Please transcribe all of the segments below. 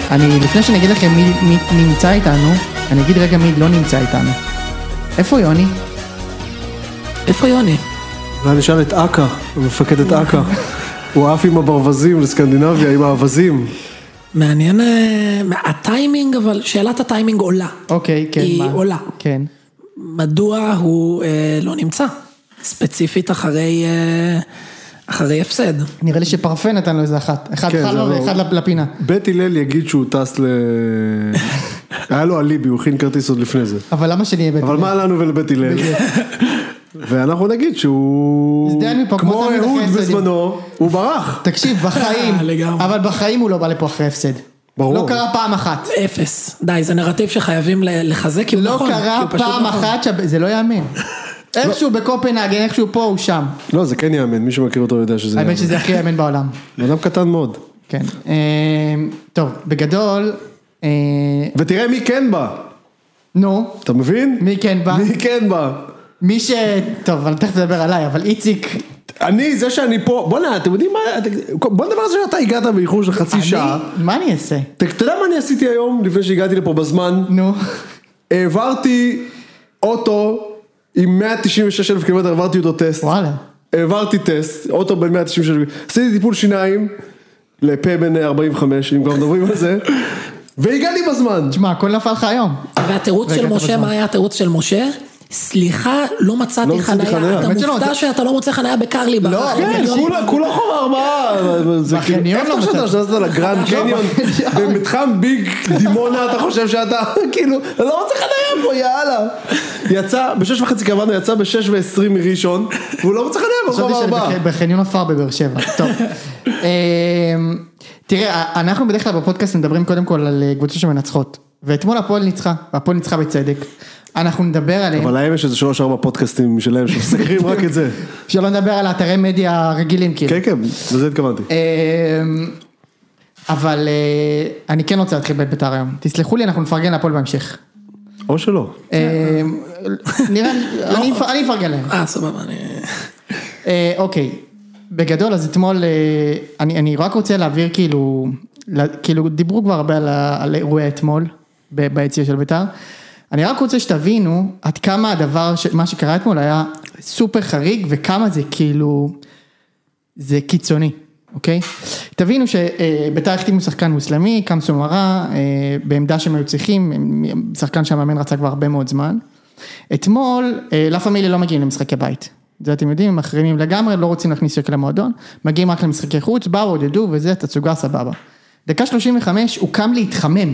לפני שאני אגיד לכם מי נמצא איתנו, אני אגיד רגע מי לא נמצא איתנו. איפה יוני? איפה יוני? ואני אשאל את אקה, המפקד את אקה. הוא עף עם הברווזים לסקנדינביה, עם האבזים. מעניין, הטיימינג, אבל שאלת הטיימינג עולה. אוקיי, כן. היא עולה. כן. מדוע הוא לא נמצא? ספציפית אחרי הפסד. נראה לי שפרפה נתן לו איזה אחת. אחד חלו ואחד לפינה. בית הלל יגיד שהוא טס היה לו אליבי, הוא הכין כרטיס עוד לפני זה. אבל למה שנהיה בית הלל? אבל מה לנו ולבית הלל? ואנחנו נגיד שהוא כמו אהוד בזמנו, הוא ברח. תקשיב, בחיים, אבל בחיים הוא לא בא לפה אחרי הפסד. ברור. לא קרה פעם אחת. אפס. די, זה נרטיב שחייבים לחזק, כי הוא נכון. לא קרה פעם אחת, זה לא יאמן. איכשהו בקופנהגן, איכשהו פה, הוא שם. לא, זה כן יאמן, מי שמכיר אותו יודע שזה יאמן. האמת שזה הכי יאמן בעולם. אדם קטן מאוד. כן. טוב, בגדול... ותראה מי כן בא. נו. אתה מבין? מי כן בא? מי כן בא? מי טוב, אבל תכף נדבר עליי, אבל איציק... זה שאני פה, בוא נע, אתם יודעים מה, בוא נדבר על זה שאתה הגעת באיחור של חצי שעה. מה אני אעשה? אתה יודע מה אני עשיתי היום, לפני שהגעתי לפה בזמן? נו. העברתי אוטו עם 196,000 קילומטר, העברתי אותו טסט. וואלה. העברתי טסט, אוטו בין 196,000, עשיתי טיפול שיניים, לפה בין 45, אם כבר מדברים על זה, והגעתי בזמן. תשמע, הכל נפל לך היום. והתירוץ של משה, מה היה התירוץ של משה? סליחה, לא מצאתי חניה. אתה מופתע שאתה לא מוצא חניה בקרלי. לא, כולה חור 4. בחניון לא מצא. איפה שאתה נשארת לגרנד קניון, במתחם ביג דימונה, אתה חושב שאתה, כאילו, לא רוצה חניה פה, יאללה. יצא, ב6:30 קבענו, יצא ב6:20 מראשון, והוא לא מצא חניה ברחוב 4. בחניון עפר בבאר שבע. טוב. תראה, אנחנו בדרך כלל בפודקאסט מדברים קודם כל על קבוצות שמנצחות. ואתמול הפועל ניצחה, והפועל ניצחה בצדק. אנחנו נדבר עליהם. אבל להם יש איזה 3-4 פודקאסטים שלהם שמסקרים רק את זה. שלא נדבר על האתרי מדיה רגילים כאילו. כן, כן, לזה התכוונתי. אבל אני כן רוצה להתחיל בבית"ר היום. תסלחו לי, אנחנו נפרגן להפועל בהמשך. או שלא. נראה, אני אפרגן להם. סבבה. אוקיי. בגדול, אז אתמול, אני רק רוצה להעביר כאילו דיברו כבר הרבה על אירועי אתמול, ביציע של בית"ר. אני רק רוצה שתבינו עד כמה הדבר, מה שקרה אתמול היה סופר חריג, וכמה זה כאילו, זה קיצוני, אוקיי? תבינו שבית"ר החתימו שחקן מוסלמי, קם סומרה, בעמדה שהם היו צריכים, שחקן שהמאמן רצה כבר הרבה מאוד זמן. אתמול, לה פמיליה לא מגיעים למשחקי בית. זה אתם יודעים, הם מחרימים לגמרי, לא רוצים להכניס שקל למועדון, מגיעים רק למשחקי חוץ, באו, עודדו וזה, תצוגה סבבה. דקה 35, הוא קם להתחמם.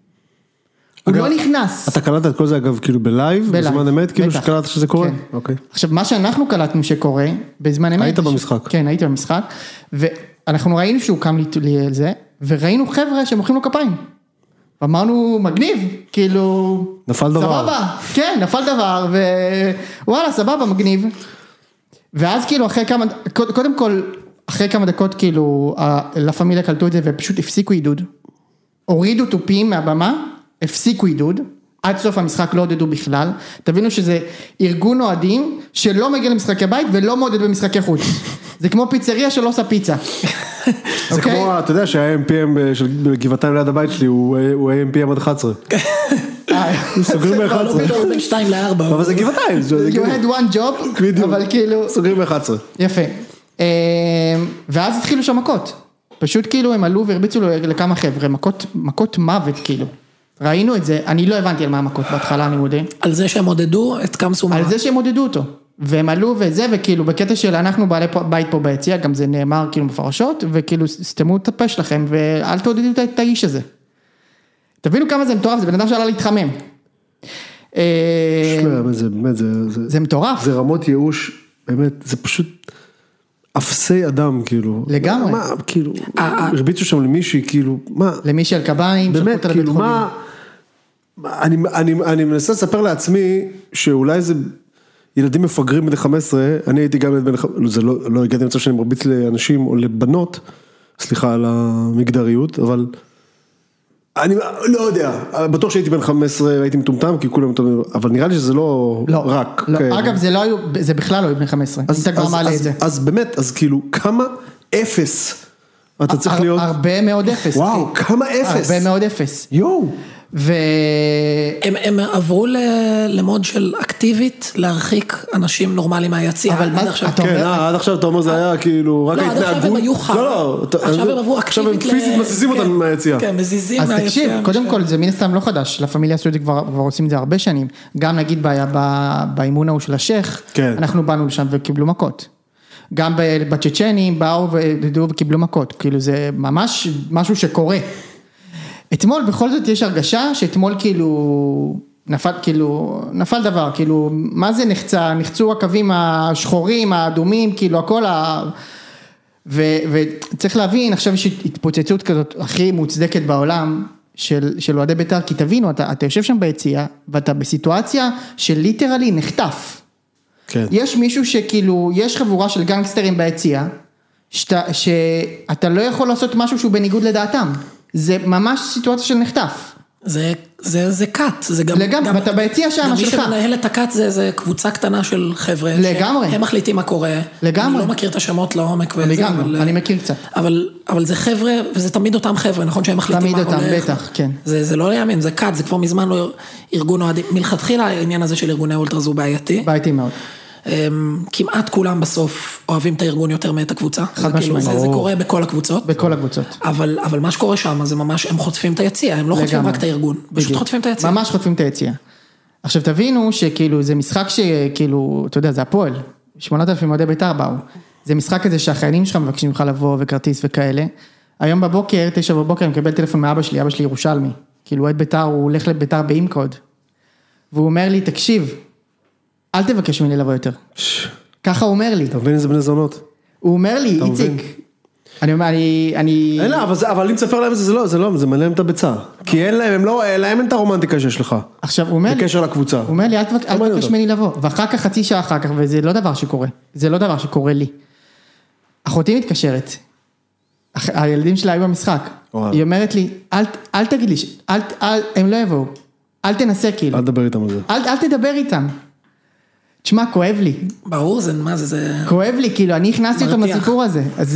הוא לא נכנס. אתה קלטת את כל זה אגב כאילו בלייב, בזמן אמת, כאילו שקלטת שזה קורה? אוקיי. עכשיו, מה שאנחנו קלטנו שקורה, בזמן אמת... היית במשחק. כן, הייתי במשחק, ואנחנו ראינו שהוא קם על זה, וראינו חבר'ה שמוחאים לו כפיים. ואמרנו, מגניב, כאילו... נפל דבר. סבבה, כן, נפל דבר, ווואלה, סבבה, מגניב. ואז כאילו, קודם כל, אחרי כמה דקות, כאילו, לה פמיליה קלטו את זה, ופשוט הפסיקו עידוד. הורידו טופים מהבמה, הפסיקו עידוד, עד סוף המשחק לא עודדו בכלל, תבינו שזה ארגון אוהדים שלא מגיע למשחקי בית ולא מעודד במשחקי חוץ, זה כמו פיצריה שלא עושה פיצה. זה כמו, אתה יודע שה-AMPM של גבעתיים ליד הבית שלי הוא AMPM עד 11. סוגרים ב-11. לא בין 2 ל-4. אבל זה גבעתיים. You had one job, אבל כאילו... סוגרים ב-11. יפה. ואז התחילו שם מכות. פשוט כאילו הם עלו והרביצו לכמה חבר'ה, מכות מוות כאילו. ראינו את זה, אני לא הבנתי על מה המכות בהתחלה, אני מודה. על זה שהם עודדו את קם סומרה. על זה שהם עודדו אותו. והם עלו וזה, וכאילו בקטע של אנחנו בעלי בית פה ביציע, גם זה נאמר כאילו מפרשות, וכאילו סתמו את הפה שלכם, ואל תעודדו את האיש הזה. תבינו כמה זה מטורף, זה בן אדם שעלה להתחמם. זה מטורף. זה רמות ייאוש, באמת, זה פשוט אפסי אדם, כאילו. לגמרי. מה, כאילו, הרביצו שם למישהי, כאילו, מה? למישהי על קביים, באמת, כאילו, מה? אני מנסה לספר לעצמי, שאולי זה ילדים מפגרים בני 15, אני הייתי גם בן 15, זה לא הגעתי למצב שאני מרביץ לאנשים או לבנות, סליחה על המגדריות, אבל אני לא יודע, בטוח שהייתי בן 15, הייתי מטומטם, כי כולם מטומטם, אבל נראה לי שזה לא רק. אגב, זה בכלל לא היו בני 15, אם אתה כבר מעלה את זה. אז באמת, אז כאילו, כמה אפס אתה צריך להיות... הרבה מאוד אפס. וואו, כמה אפס. הרבה מאוד אפס. יואו. הם עברו למוד של אקטיבית, להרחיק אנשים נורמליים מהיציאה. אבל מה עכשיו? כן, עד עכשיו אתה אומר זה היה כאילו רק ההתנהגות. לא, עד עכשיו הם היו חר. עכשיו הם עברו אקטיבית. עכשיו הם פיזית מזיזים אותם מהיציאה. כן, מזיזים מהיציאה. אז תקשיב, קודם כל זה מן הסתם לא חדש, לפמיליה הסעודית כבר עושים את זה הרבה שנים. גם נגיד באימון ההוא של השייך, אנחנו באנו לשם וקיבלו מכות. גם בצ'צ'נים באו ודדו וקיבלו מכות. כאילו זה ממש משהו שקורה. אתמול בכל זאת יש הרגשה שאתמול נפל דבר, כאילו מה זה נחצו הקווים השחורים, האדומים, כאילו הכל, וצריך להבין, עכשיו יש התפוצצות כזאת הכי מוצדקת בעולם, של אוהדי בית"ר, כי תבינו, אתה יושב שם ביציאה, ואתה בסיטואציה של ליטרלי נחטף. כן. יש מישהו שכאילו, יש חבורה של גנגסטרים ביציאה, שאתה לא יכול לעשות משהו שהוא בניגוד לדעתם. זה ממש סיטואציה של נחטף. זה קאט, זה גם... לגמרי, ואתה ביציע שם שלך. מי שמנהל את הקאט זה קבוצה קטנה של חבר'ה. לגמרי. הם מחליטים מה קורה. לגמרי. אני לא מכיר את השמות לעומק וזה. לגמרי, אני מכיר קצת. אבל זה חבר'ה, וזה תמיד אותם חבר'ה, נכון שהם מחליטים מה הולך. תמיד אותם, בטח, כן. זה לא לימין, זה קאט, זה כבר מזמן לא ארגון אוהדים. מלכתחילה העניין הזה של ארגוני אולטרה זו בעייתי. בעייתי מאוד. כמעט כולם בסוף אוהבים את הארגון יותר מאת הקבוצה. חד משמעית. זה קורה בכל הקבוצות. בכל הקבוצות. אבל מה שקורה שם, זה ממש, הם חוטפים את היציאה, הם לא חוטפים רק את הארגון, פשוט חוטפים את היציאה. ממש חוטפים את היציאה. עכשיו תבינו שכאילו זה משחק שכאילו, אתה יודע, זה הפועל, 8,000 אוהדי בית"ר באו. זה משחק כזה שהחיילים שלך מבקשים לך לבוא וכרטיס וכאלה. היום בבוקר, 9 בבוקר, אני מקבל טלפון מאבא שלי, אבא שלי ירושלמי. כאילו אוהד בית"ר, הוא הולך לבית"ר באימקוד. והוא אומר לי, תקשיב, אל תבקש ממני לבוא יותר. ככה הוא אומר לי. אתה מבין איזה בני זונות? הוא אומר לי, איציק. אני אומר, אין לה, אבל אם תספר להם זה לא, זה מלא להם את הביצה. כי אין להם, להם אין את הרומנטיקה שיש לך. עכשיו, הוא אומר לי. בקשר לקבוצה. הוא אומר לי, אל תבקש ממני לבוא. ואחר כך, חצי שעה אחר כך, וזה לא דבר שקורה. זה לא דבר שקורה לי. אחותי מתקשרת. הילדים שלה היו במשחק. היא אומרת לי, אל תגיד לי, הם לא יבואו. אל תנסה כאילו. אל תדבר איתם על זה. אל תדבר איתם. תשמע, כואב לי. ברור, זה מה זה... כואב לי, כאילו, אני הכנסתי אותו מהסיפור הזה. אז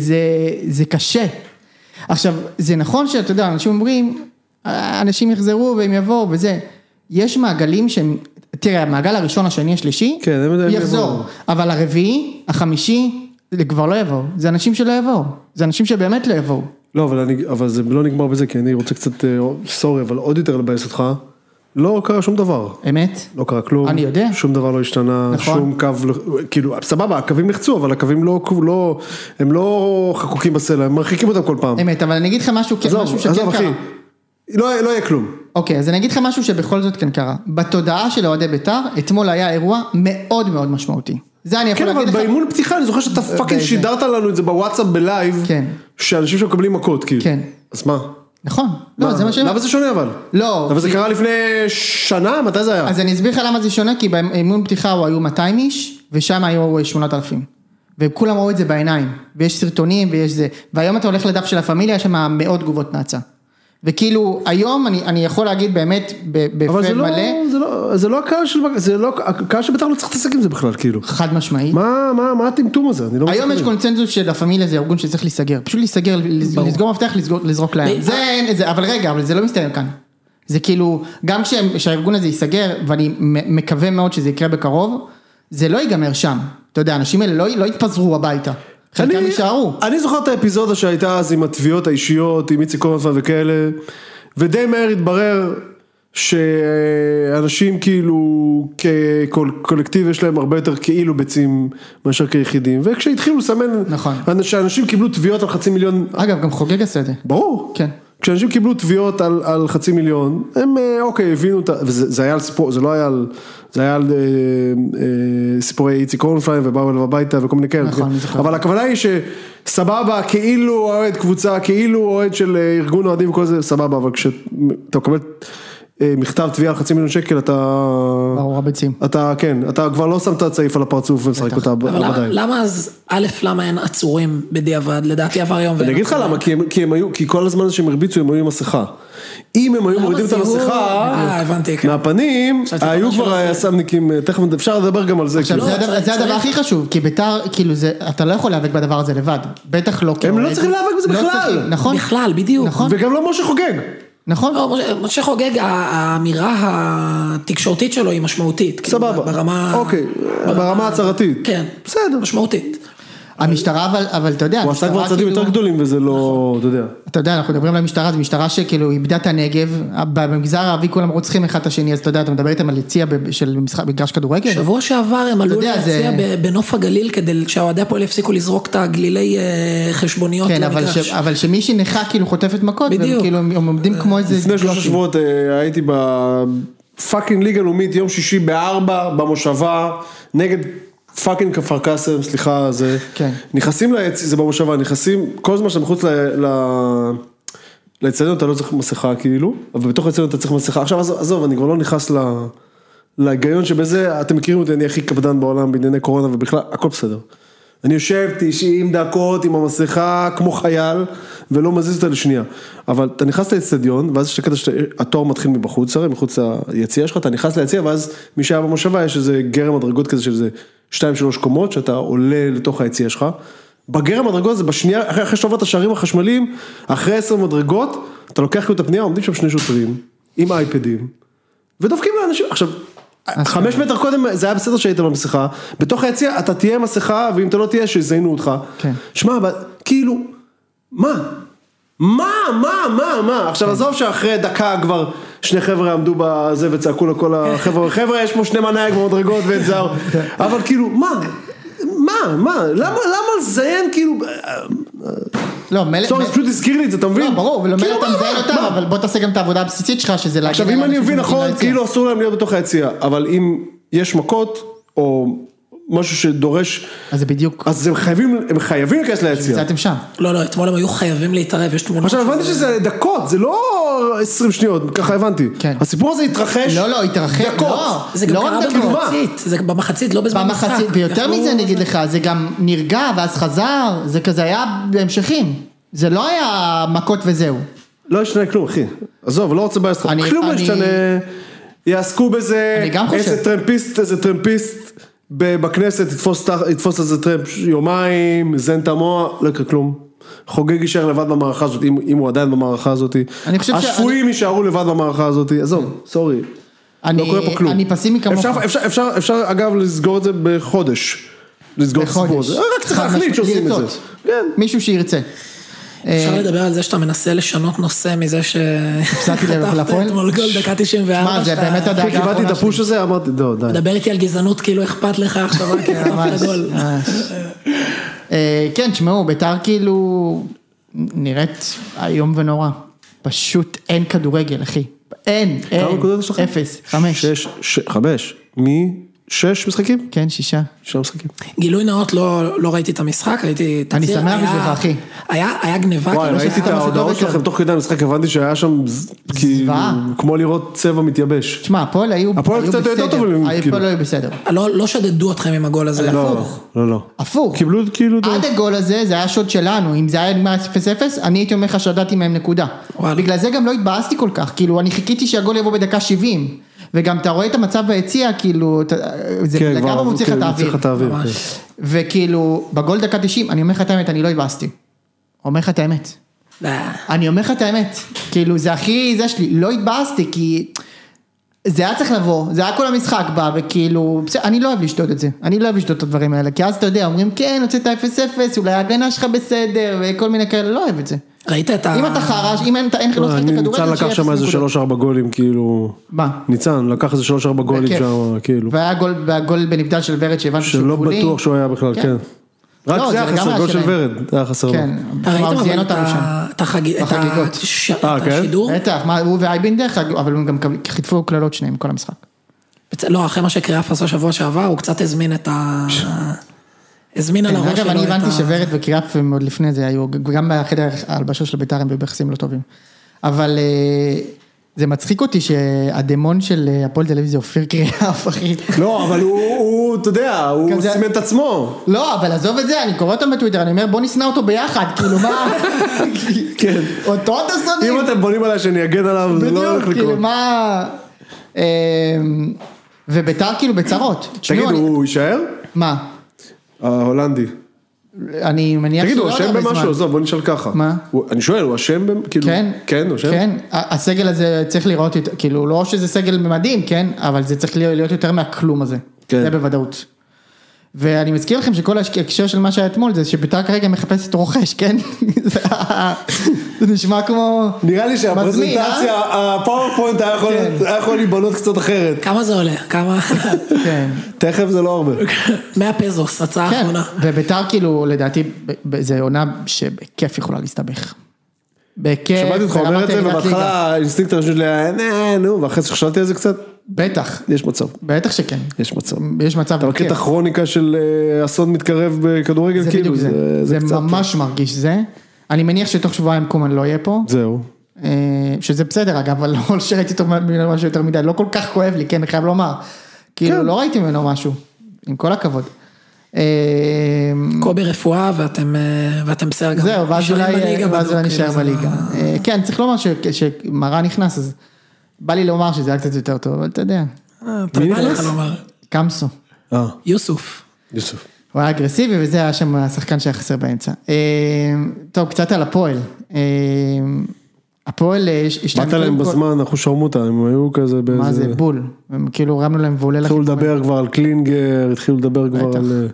זה קשה. עכשיו, זה נכון שאתה יודע, אנשים אומרים, אנשים יחזרו והם יבואו וזה. יש מעגלים שהם, תראה, המעגל הראשון, השני, השלישי, יחזור. אבל הרביעי, החמישי, כבר לא יבואו. זה אנשים שלא יבואו. זה אנשים שבאמת לא יבואו. לא, אבל זה לא נגמר בזה, כי אני רוצה קצת, סורי, אבל עוד יותר לבייס אותך. לא קרה שום דבר. אמת? לא קרה כלום. אני יודע. שום דבר לא השתנה, נכון. שום קו, כאילו, סבבה, הקווים נחצו, אבל הקווים לא, הם לא חקוקים בסלע, הם מרחיקים אותם כל פעם. אמת, אבל אני אגיד לך משהו שכן קרה. לא יהיה כלום. אוקיי, אז אני אגיד לך משהו שבכל זאת כן קרה. בתודעה של אוהדי בית"ר, אתמול היה אירוע מאוד מאוד משמעותי. זה אני יכול להגיד לך. כן, אבל באימון פתיחה, אני זוכר שאתה פאקינג שידרת לנו את זה בוואטסאפ בלייב, שאנשים שמקבלים מכות, כאילו. כן. אז מה? נכון, לא, זה מה ש... למה זה שונה אבל? לא. אבל זה קרה לפני שנה? מתי זה היה? אז אני אסביר לך למה זה שונה, כי באימון פתיחה הוא היו 200 איש, ושם היו 8,000. וכולם ראו את זה בעיניים, ויש סרטונים ויש זה, והיום אתה הולך לדף של הפמיליה, יש שם מאות תגובות נאצה. וכאילו, היום אני יכול להגיד באמת, בפה מלא. זה לא הקהל של, הקהל של בית"ר לא צריך להתעסק עם זה בכלל, כאילו. חד משמעית. מה הטמטום הזה? היום יש קונצנזוס של הפמיליה, זה ארגון שצריך להיסגר. פשוט להיסגר, לסגור מפתח, לזרוק להם. אבל רגע, אבל זה לא מסתיים כאן. זה כאילו, גם כשהארגון הזה ייסגר, ואני מקווה מאוד שזה יקרה בקרוב, זה לא ייגמר שם. אתה יודע, האנשים האלה לא יתפזרו הביתה. חלקם יישארו. אני זוכר את האפיזודה שהייתה אז עם התביעות האישיות, עם איציק קורנפלד וכאלה, ודי מהר התברר שאנשים כאילו כקולקטיב יש להם הרבה יותר כאילו ביצים מאשר כיחידים, וכשהתחילו לסמן, נכון. שאנשים קיבלו תביעות על 500,000. אגב, גם חוגג עשה את זה. ברור. כן. כשאנשים קיבלו תביעות על 500,000, הם אוקיי, הבינו, וזה היה על סיפור, זה לא היה על, זה היה על סיפורי איציק קורנפלד ובאו אליו הביתה וכל מיני כאלה. נכון, אבל הכוונה היא שסבבה, כאילו אוהד קבוצה, כאילו אוהד של ארגון אוהדים וכל זה, סבבה, אבל כשאתה מקבל מכתב תביעה על 500,000 שקל, אתה... ברור, הביצים. אתה, כן, אתה כבר לא שם את הצעיף על הפרצוף ומשחק אותה בוודאי. למה אז, למה אין עצורים בדיעבד? לדעתי עבר יום אני אגיד לך למה, כי כל הזמן שהם הרביצו, הם היו עם מסכה. אם הם היו מורידים את המסכה מהפנים, היו כבר היסמניקים, תכף אפשר לדבר גם על זה. עכשיו, זה הדבר הכי חשוב, כי ביתר, כאילו, אתה לא יכול להיאבק בדבר הזה לבד, בטח לא. הם לא צריכים להיאבק בזה בכלל. נכון. בכלל, בדיוק. וגם לא משה חוגג. נכון. משה חוגג, האמירה התקשורתית שלו היא משמעותית. סבבה. אוקיי, ברמה הצהרתית. כן. בסדר. משמעותית. המשטרה, אבל אתה יודע, הוא עשה כבר צעדים יותר גדולים וזה לא, אתה יודע. אתה יודע, אנחנו מדברים על המשטרה, זו משטרה שכאילו איבדה את הנגב, במגזר הערבי כולם רוצחים אחד את השני, אז אתה יודע, אתה מדבר איתם על יציאה של משחק בגרש כדורגל. שבוע שעבר הם עלו להציע בנוף הגליל, כדי שהאוהדי הפועל יפסיקו לזרוק את הגלילי חשבוניות למגרש. אבל שמי שנכה כאילו חוטפת מכות, וכאילו הם עומדים כמו איזה... לפני 3 שבועות הייתי בפאקינג ליגה לאומית, יום שישי ב-4 במושבה, נגד פאקינג כפר קאסם, סליחה, זה, נכנסים ליציע, זה במושבה, נכנסים, כל זמן שאתה מחוץ ליציאנו, אתה לא צריך מסכה כאילו, אבל בתוך היציאנו אתה צריך מסכה, עכשיו עזוב, אני כבר לא נכנס להיגיון שבזה, אתם מכירים אותי, אני הכי קפדן בעולם בענייני קורונה, ובכלל, הכל בסדר. אני יושב 90 דקות עם המסכה כמו חייל, ולא מזיז אותה לשנייה. אבל אתה נכנס לאצטדיון, ואז יש קטע שהתור מתחיל מבחוץ, הרי מחוץ ליציע שלך, אתה נכנס ליציע, ואז מי שהיה במושבה, יש איזה גרם מדרגות כזה של איזה 2-3 קומות, שאתה עולה לתוך היציע שלך. בגרם מדרגות זה בשנייה, אחרי שאתה עובר את השערים החשמליים, אחרי 10 מדרגות, אתה לוקח כאילו את הפנייה, עומדים שם 2 שוטרים, עם אייפדים, ודופקים לאנשים. עכשיו, 5 מטר קודם זה היה בסדר שהיית במסכה, בתוך היציע אתה תהיה מסכה, ואם אתה לא תהיה שיזיינו אותך. שמע, כאילו, מה? עכשיו עזוב שאחרי דקה כבר 2 חבר'ה עמדו בזה וצעקו לכל החבר'ה, יש פה 2 מנהיג במדרגות ואת זר, אבל כאילו, מה? למה לזיין כאילו... סורי, פשוט הזכיר לי את זה, אתה מבין? לא, ברור, ולא מלא אתה מזיין אותם, אבל בוא תעשה גם את העבודה הבסיסית שלך, שזה להגיד... עכשיו, אם אני מבין נכון, כאילו אסור להם להיות בתוך היציאה, אבל אם יש מכות, או משהו שדורש... אז זה בדיוק... אז הם חייבים להיכנס ליציאה. זה אתם שם. לא, אתמול הם היו חייבים להתערב, יש תמונות... עכשיו, הבנתי שזה דקות, זה לא 20 שניות, ככה הבנתי. הסיפור הזה התרחש... לא, התרחש... דקות. זה גם קרה במחצית, זה במחצית, לא בזמן משחק. ויותר מזה אני אגיד לך, זה גם נרגע, ואז חזר, זה כזה היה בהמשכים. זה לא היה מכות וזהו. לא ישתנה כלום, אחי. עזוב, לא רוצה בעסק. כלום לא ישתנה. יעסקו בזה, איזה טרמפיסט בכנסת, יתפוס איזה טרמפ יומיים, זן את המוח, לא יקרה כלום. חוגג יישאר לבד במערכה הזאת, אם הוא עדיין במערכה הזאת. השפויים יישארו לבד במערכה הזאת. עזוב, סורי. לא קורה פה כלום. אני פסימי כמוך. אפשר אגב לסגור את זה בחודש. לסגור את הסיפור הזה. רק צריך להחליט שעושים את זה. מישהו שירצה. אפשר לדבר על זה שאתה מנסה לשנות נושא מזה שחטפת אתמול גול דקה 94. מה, זה באמת הדאגה. קיבלתי את הפוש הזה, אמרתי, די. מדבר איתי על גזענות, כאילו אכפת לך עכשיו רק חטפת גול. כן, תשמעו, ביתר כאילו נראית היום ונורא. פשוט אין כדורגל, אחי. אין. כמה נקודות יש לך? 0, 5. 5. מ6 משחקים? כן, 6. 6 משחקים. גילוי נאות, לא ראיתי את המשחק, ראיתי אני שמח בשבילך, אחי. היה גניבה. וואי, ראיתי את ההודעות שלכם תוך כדי המשחק, הבנתי שהיה שם כמו לראות צבע מתייבש. תשמע, הפועל היו בסדר. לא שדדו אתכם עם הגול הזה. לא. הפוך. קיבלו כאילו... עד הגול הזה, זה היה שוד שלנו. אם זה היה נגמר 0-0, אני הייתי אומר לך שדדתי מהם נקודה. בגלל זה גם לא התבאסתי כל כך. כאילו, אני חיכיתי שהגול יבוא בדקה 70. וגם אתה רואה את המצב ביציע, כאילו, זה לגמרי מוציא לך את האוויר. וכאילו, בגול דקה 90, אני אומר לך את האמת, אני לא התבאסתי. אומר לך את האמת. אני אומר לך את האמת. כאילו, זה הכי, זה שלי, לא התבאסתי, כי זה היה צריך לבוא, זה היה כל המשחק בא, וכאילו, אני לא אוהב לשתות את זה. אני לא אוהב לשתות את הדברים האלה, כי אז אתה יודע, אומרים, כן, הוצאת 0-0, אולי ההגנה שלך בסדר, וכל מיני כאלה, לא אוהב את זה. ראית את ה... אם אתה חרש, אם אין לך לא שחק את הכדורגל, ניצן לקח שם איזה 3-4 גולים, כאילו... מה? ניצן לקח איזה 3-4 גולים שם, כאילו. והיה גול בנבדל של ורד שהבנתי שהוא גבולי. שלא בטוח שהוא היה בכלל, כן. רק זה היה חסר, גול של ורד, זה היה חסר. כן, ראיתם את השידור? בטח, הוא ואייבינדר, אבל הם גם חיטפו כללות שניהם כל המשחק. לא, אחרי מה שקריאף עשה שבוע שעבר, הוא קצת הזמין את ה... הזמין על הראש שלו. אני הבנתי שוורד וקריאף עוד לפני זה היו, גם בחדר ההלבשה של ביתר הם ביחסים לא טובים. אבל זה מצחיק אותי שהדמון של הפועל תל אביב זה אופיר קריאף, אחי. לא, אבל הוא, אתה יודע, הוא סימן את עצמו. לא, אבל עזוב את זה, אני קורא אותו בטוויטר, אני אומר בוא נשנא אותו ביחד, כאילו מה? כן. אותו אתה שונאים. אם אתם בונים עליי שאני אגן עליו, זה לא הולך לקרות. כאילו מה... וביתר כאילו בצרות. תגיד, הוא יישאר? מה? ההולנדי. אני מניח תגיד, הוא אשם במשהו, עזוב, בוא נשאל ככה. מה? אני שואל, הוא אשם, כאילו, כן, הוא אשם? כן, הסגל הזה צריך לראות, כאילו, לא שזה סגל מדהים, כן, אבל זה צריך להיות יותר מהכלום הזה, זה בוודאות. ואני מזכיר לכם שכל ההקשר של מה שהיה אתמול, זה שביתר כרגע מחפשת רוכש, כן? זה נשמע כמו... נראה לי שהפרזנטציה, הפאורפוינט היה יכול להיבנות קצת אחרת. כמה זה עולה? כמה? כן. תכף זה לא הרבה. 100 פזוס, הצעה האחרונה. וביתר כאילו, לדעתי, זה עונה שבכיף יכולה להסתבך. בכיף. שמעתי אותך אומר את זה, ובהתחלה האינסטינקט הראשון שלי היה, נו, ואחרי שחשבתי על זה קצת. בטח. יש מצב. בטח שכן. יש מצב. יש מצב. אתה מכיר את הכרוניקה של אסון מתקרב בכדורגל, כאילו, זה ממש מרגיש זה. אני מניח שתוך שבועיים קומן לא יהיה פה. זהו. שזה בסדר, אגב, אבל לא שראיתי אותו משהו יותר מדי, לא כל כך כואב לי, כן, אני חייב לומר. כאילו, לא ראיתי ממנו משהו, עם כל הכבוד. קובי רפואה, ואתם בסדר גם. זהו, ואז אולי נשאר בליגה. כן, צריך לומר שמראה נכנס, אז בא לי לומר שזה היה קצת יותר טוב, אבל אתה יודע. תודה לך לומר. קמסו. יוסוף. הוא היה אגרסיבי, וזה היה שם השחקן שהיה חסר באמצע. טוב, קצת על הפועל. הפועל, באת להם בזמן, אנחנו שרמו אותם, הם היו כזה באיזה... מה זה, בול. הם כאילו רמנו להם ועולה לכם. התחילו לדבר כבר על קלינגר, התחילו לדבר כבר על...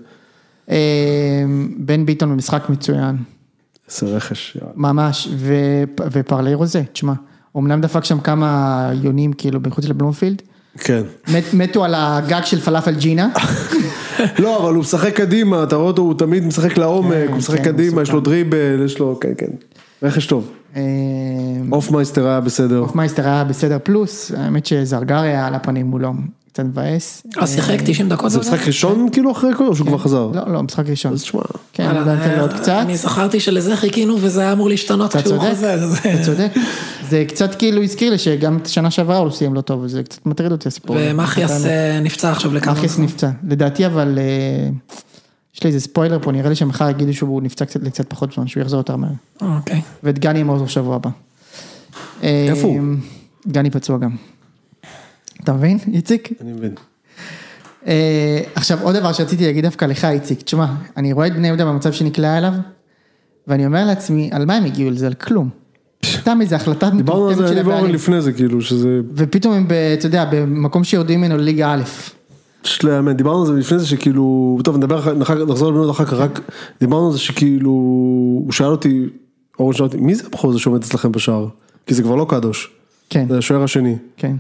בן ביטון במשחק מצוין. איזה רכש. ממש, ופרלי רוזה, תשמע. אמנם דפק שם כמה יונים, כאילו, בחוץ לבלומפילד. כן. מתו על הגג של פלאפל ג'ינה. לא, אבל הוא משחק קדימה, אתה רואה אותו, הוא תמיד משחק לעומק, הוא משחק קדימה, יש לו דריבל, יש לו, כן, כן. רכש טוב. אופמייסטר היה בסדר. אופמייסטר היה בסדר פלוס, האמת שזרגר היה על הפנים מולו, קצת מבאס. שיחק 90 דקות. זה משחק ראשון כאילו אחרי כל, או שהוא כבר חזר? לא, משחק ראשון. אז תשמע. כן, נדעתי לו עוד קצת. אני זכרתי שלזה חיכינו וזה היה אמור להשתנות כשהוא חוזר. אתה צודק. זה קצת כאילו הזכיר לי שגם שנה שעברה הוא סיים לא טוב, וזה קצת מטריד אותי הסיפור. ומחיאס נפצע עכשיו לכמה. מחיאס נפצע, לדעתי אבל... יש לי איזה ספוילר פה, נראה לי שמחר יגידו שהוא נפצע קצת פחות זמן, שהוא יחזור יותר מהר. אוקיי. ואת גני אמור שבוע הבא. איפה הוא? גני פצוע גם. אתה מבין, איציק? אני מבין. עכשיו, עוד דבר שרציתי להגיד דווקא לך, איציק, תשמע, אני רואה את בני יהודה במצב שנקלע אליו, ואני אומר לעצמי, על מה הם הגיעו לזה? על כלום. סתם איזו החלטת דיברנו על זה, אני דיברנו לפני זה, כאילו, שזה... ופתאום הם, אתה יודע, במקום שיורדים ממנו לליגה א'. דיברנו על זה לפני זה שכאילו, טוב נחזור לבנות אחר כך, רק דיברנו על זה שכאילו, הוא שאל אותי, אורן שאל אותי, מי זה הבחור הזה שעומד אצלכם בשער? כי זה כבר לא קדוש, כן. זה השוער השני. כן.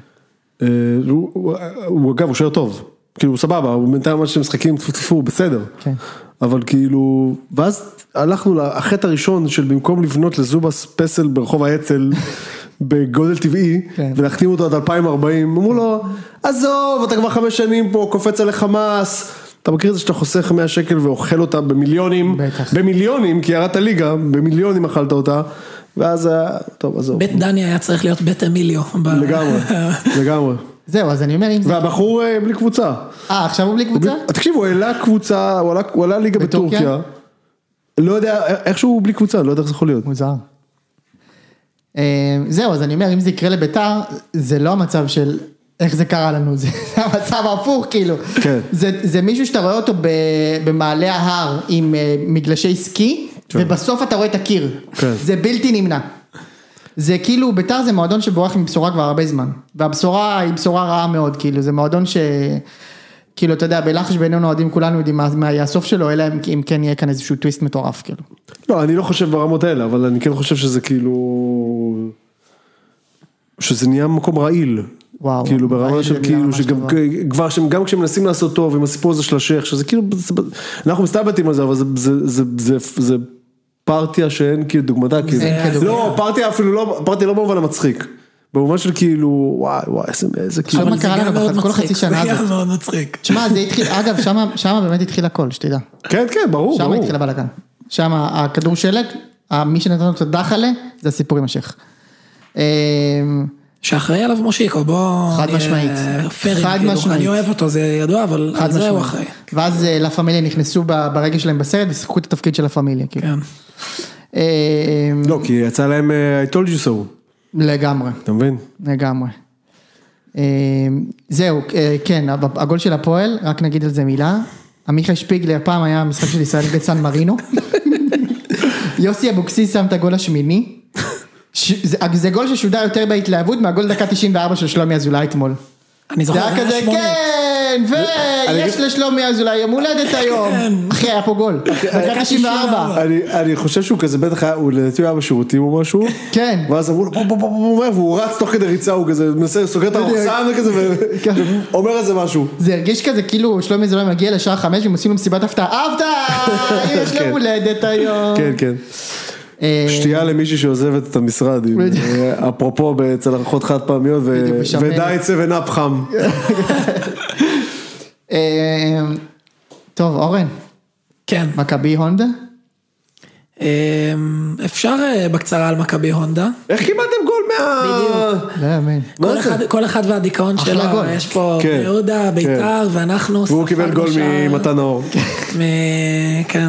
הוא אגב, הוא שוער טוב, כאילו הוא סבבה, הוא בינתיים ממש שמשחקים, תפו, בסדר. כן. אבל כאילו, ואז הלכנו לחטא הראשון של במקום לבנות לזובס פסל ברחוב האצ"ל, בגודל טבעי, ולהחתים אותו עד 2040, אמרו לו, עזוב, אתה כבר 5 שנים פה, קופץ עליך מס, אתה מכיר את זה שאתה חוסך 100 שקל ואוכל אותה במיליונים, במיליונים, כי ירדת ליגה, במיליונים אכלת אותה, ואז, טוב, עזוב. בית דני היה צריך להיות בית אמיליו. לגמרי, לגמרי. זהו, אז אני אומר, אם זה... והבחור בלי קבוצה. עכשיו הוא בלי קבוצה? תקשיב, הוא העלה קבוצה, הוא עלה ליגה בטורקיה, לא יודע, איכשהו הוא בלי קבוצה, לא יודע איך זה יכול להיות. מוזר. זהו, אז אני אומר, אם זה יקרה לביתר, זה לא המצב של איך זה קרה לנו, זה המצב ההפוך, כאילו. כן. זה מישהו שאתה רואה אותו במעלה ההר עם מגלשי סקי, ובסוף אתה רואה את הקיר. זה בלתי נמנע. זה כאילו, ביתר זה מועדון שבורח עם בשורה כבר הרבה זמן, והבשורה היא בשורה רעה מאוד, כאילו, זה מועדון ש... כאילו, אתה יודע, בלחש בינינו אוהדים, כולנו יודעים מה יהיה הסוף שלו, אלא אם כן יהיה כאן איזשהו טוויסט מטורף, כאילו. לא, אני לא חושב ברמות האלה, אבל אני כן חושב שזה כאילו, שזה נהיה מקום רעיל. וואו. כאילו, ברמה של כאילו, גם כשהם מנסים לעשות טוב, עם הסיפור הזה של השייך, שזה כאילו, אנחנו מסתלבטים על זה, אבל זה פרטיה שאין כאילו דוגמתה, כאילו. לא, פרטיה אפילו לא, פרטיה לא במובן המצחיק. במובן של כאילו, וואי, איזה כאילו. אבל זה גם מאוד מצחיק, זה גם מאוד מצחיק. תשמע, זה התחיל, אגב, שם באמת התחיל הכל, שתדע. כן, ברור. שם התחיל הבלגן. שם הכדור שלג, מי שנתן אותו דחלה, זה הסיפור עם השייך. שאחראי עליו מושיקו, בוא... חד משמעית. חד משמעית. אני אוהב אותו, זה ידוע, אבל זה הוא אחראי. ואז לה פמיליה נכנסו ברגע שלהם בסרט, ושיחקו את התפקיד של הפמיליה. כן. לא, כי יצא להם I told you so. לגמרי. אתה מבין? לגמרי. זהו, כן, הגול של הפועל, רק נגיד על זה מילה. עמיחי שפיגלר, פעם היה משחק של ישראל בצן מרינו. יוסי אבוקסיס שם את הגול השמיני. זה גול ששודר יותר בהתלהבות מהגול דקה 94 של שלומי אזולאי אתמול. אני זוכר, זה היה כזה, כן, ויש לשלומי אזולאי יום הולדת היום. אחי, היה פה גול. דקה 94. אני חושב שהוא כזה בטח הוא לדעתי היה בשירותים או משהו. כן. ואז אמרו לו, והוא רץ תוך כדי ריצה, הוא כזה מנסה, סוגר את הרוחסן וכזה, ואומר איזה משהו. זה הרגיש כזה, כאילו שלומי אזולאי מגיע לשעה 5, והם עושים לו מסיבת הפתעה, אהבת, יש לו הולדת היום. כן, כן. שתייה למישהי שעוזבת את המשרד, אפרופו בצלחות חד פעמיות ודי צבן אפ חם. טוב, אורן. כן. מכבי הונדה? אפשר בקצרה על מכבי הונדה. איך קיבלתם גול בדיוק. לא יאמן. כל אחד והדיכאון שלו, יש פה יהודה, ביתר ואנחנו. והוא קיבל גול ממתן האור. כן.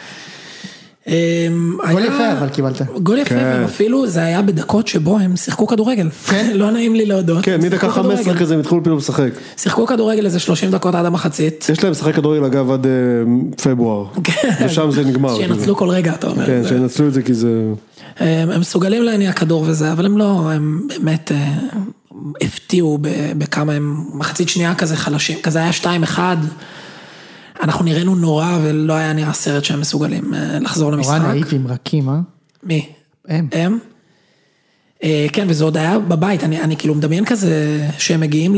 גול יפה אבל קיבלת. גול יפה, ואפילו זה היה בדקות שבו הם שיחקו כדורגל. לא נעים לי להודות. כן, מדקה 15 כזה הם התחילו פתאום לשחק. שיחקו כדורגל איזה 30 דקות עד המחצית. יש להם לשחק כדורגל אגב עד פברואר. ושם זה נגמר. שינצלו כל רגע, אתה אומר. כן, שינצלו את זה כי זה... הם מסוגלים להניע כדור וזה, אבל הם לא, הם באמת הפתיעו בכמה הם, מחצית שנייה כזה חלשים, כזה היה 2-1, אנחנו נראינו נורא, ולא היה נראה סרט שהם מסוגלים לחזור למשחק. נורא נאיבים רכים, מי? הם. כן, וזה עוד היה בבית, אני כאילו מדמיין כזה, שהם מגיעים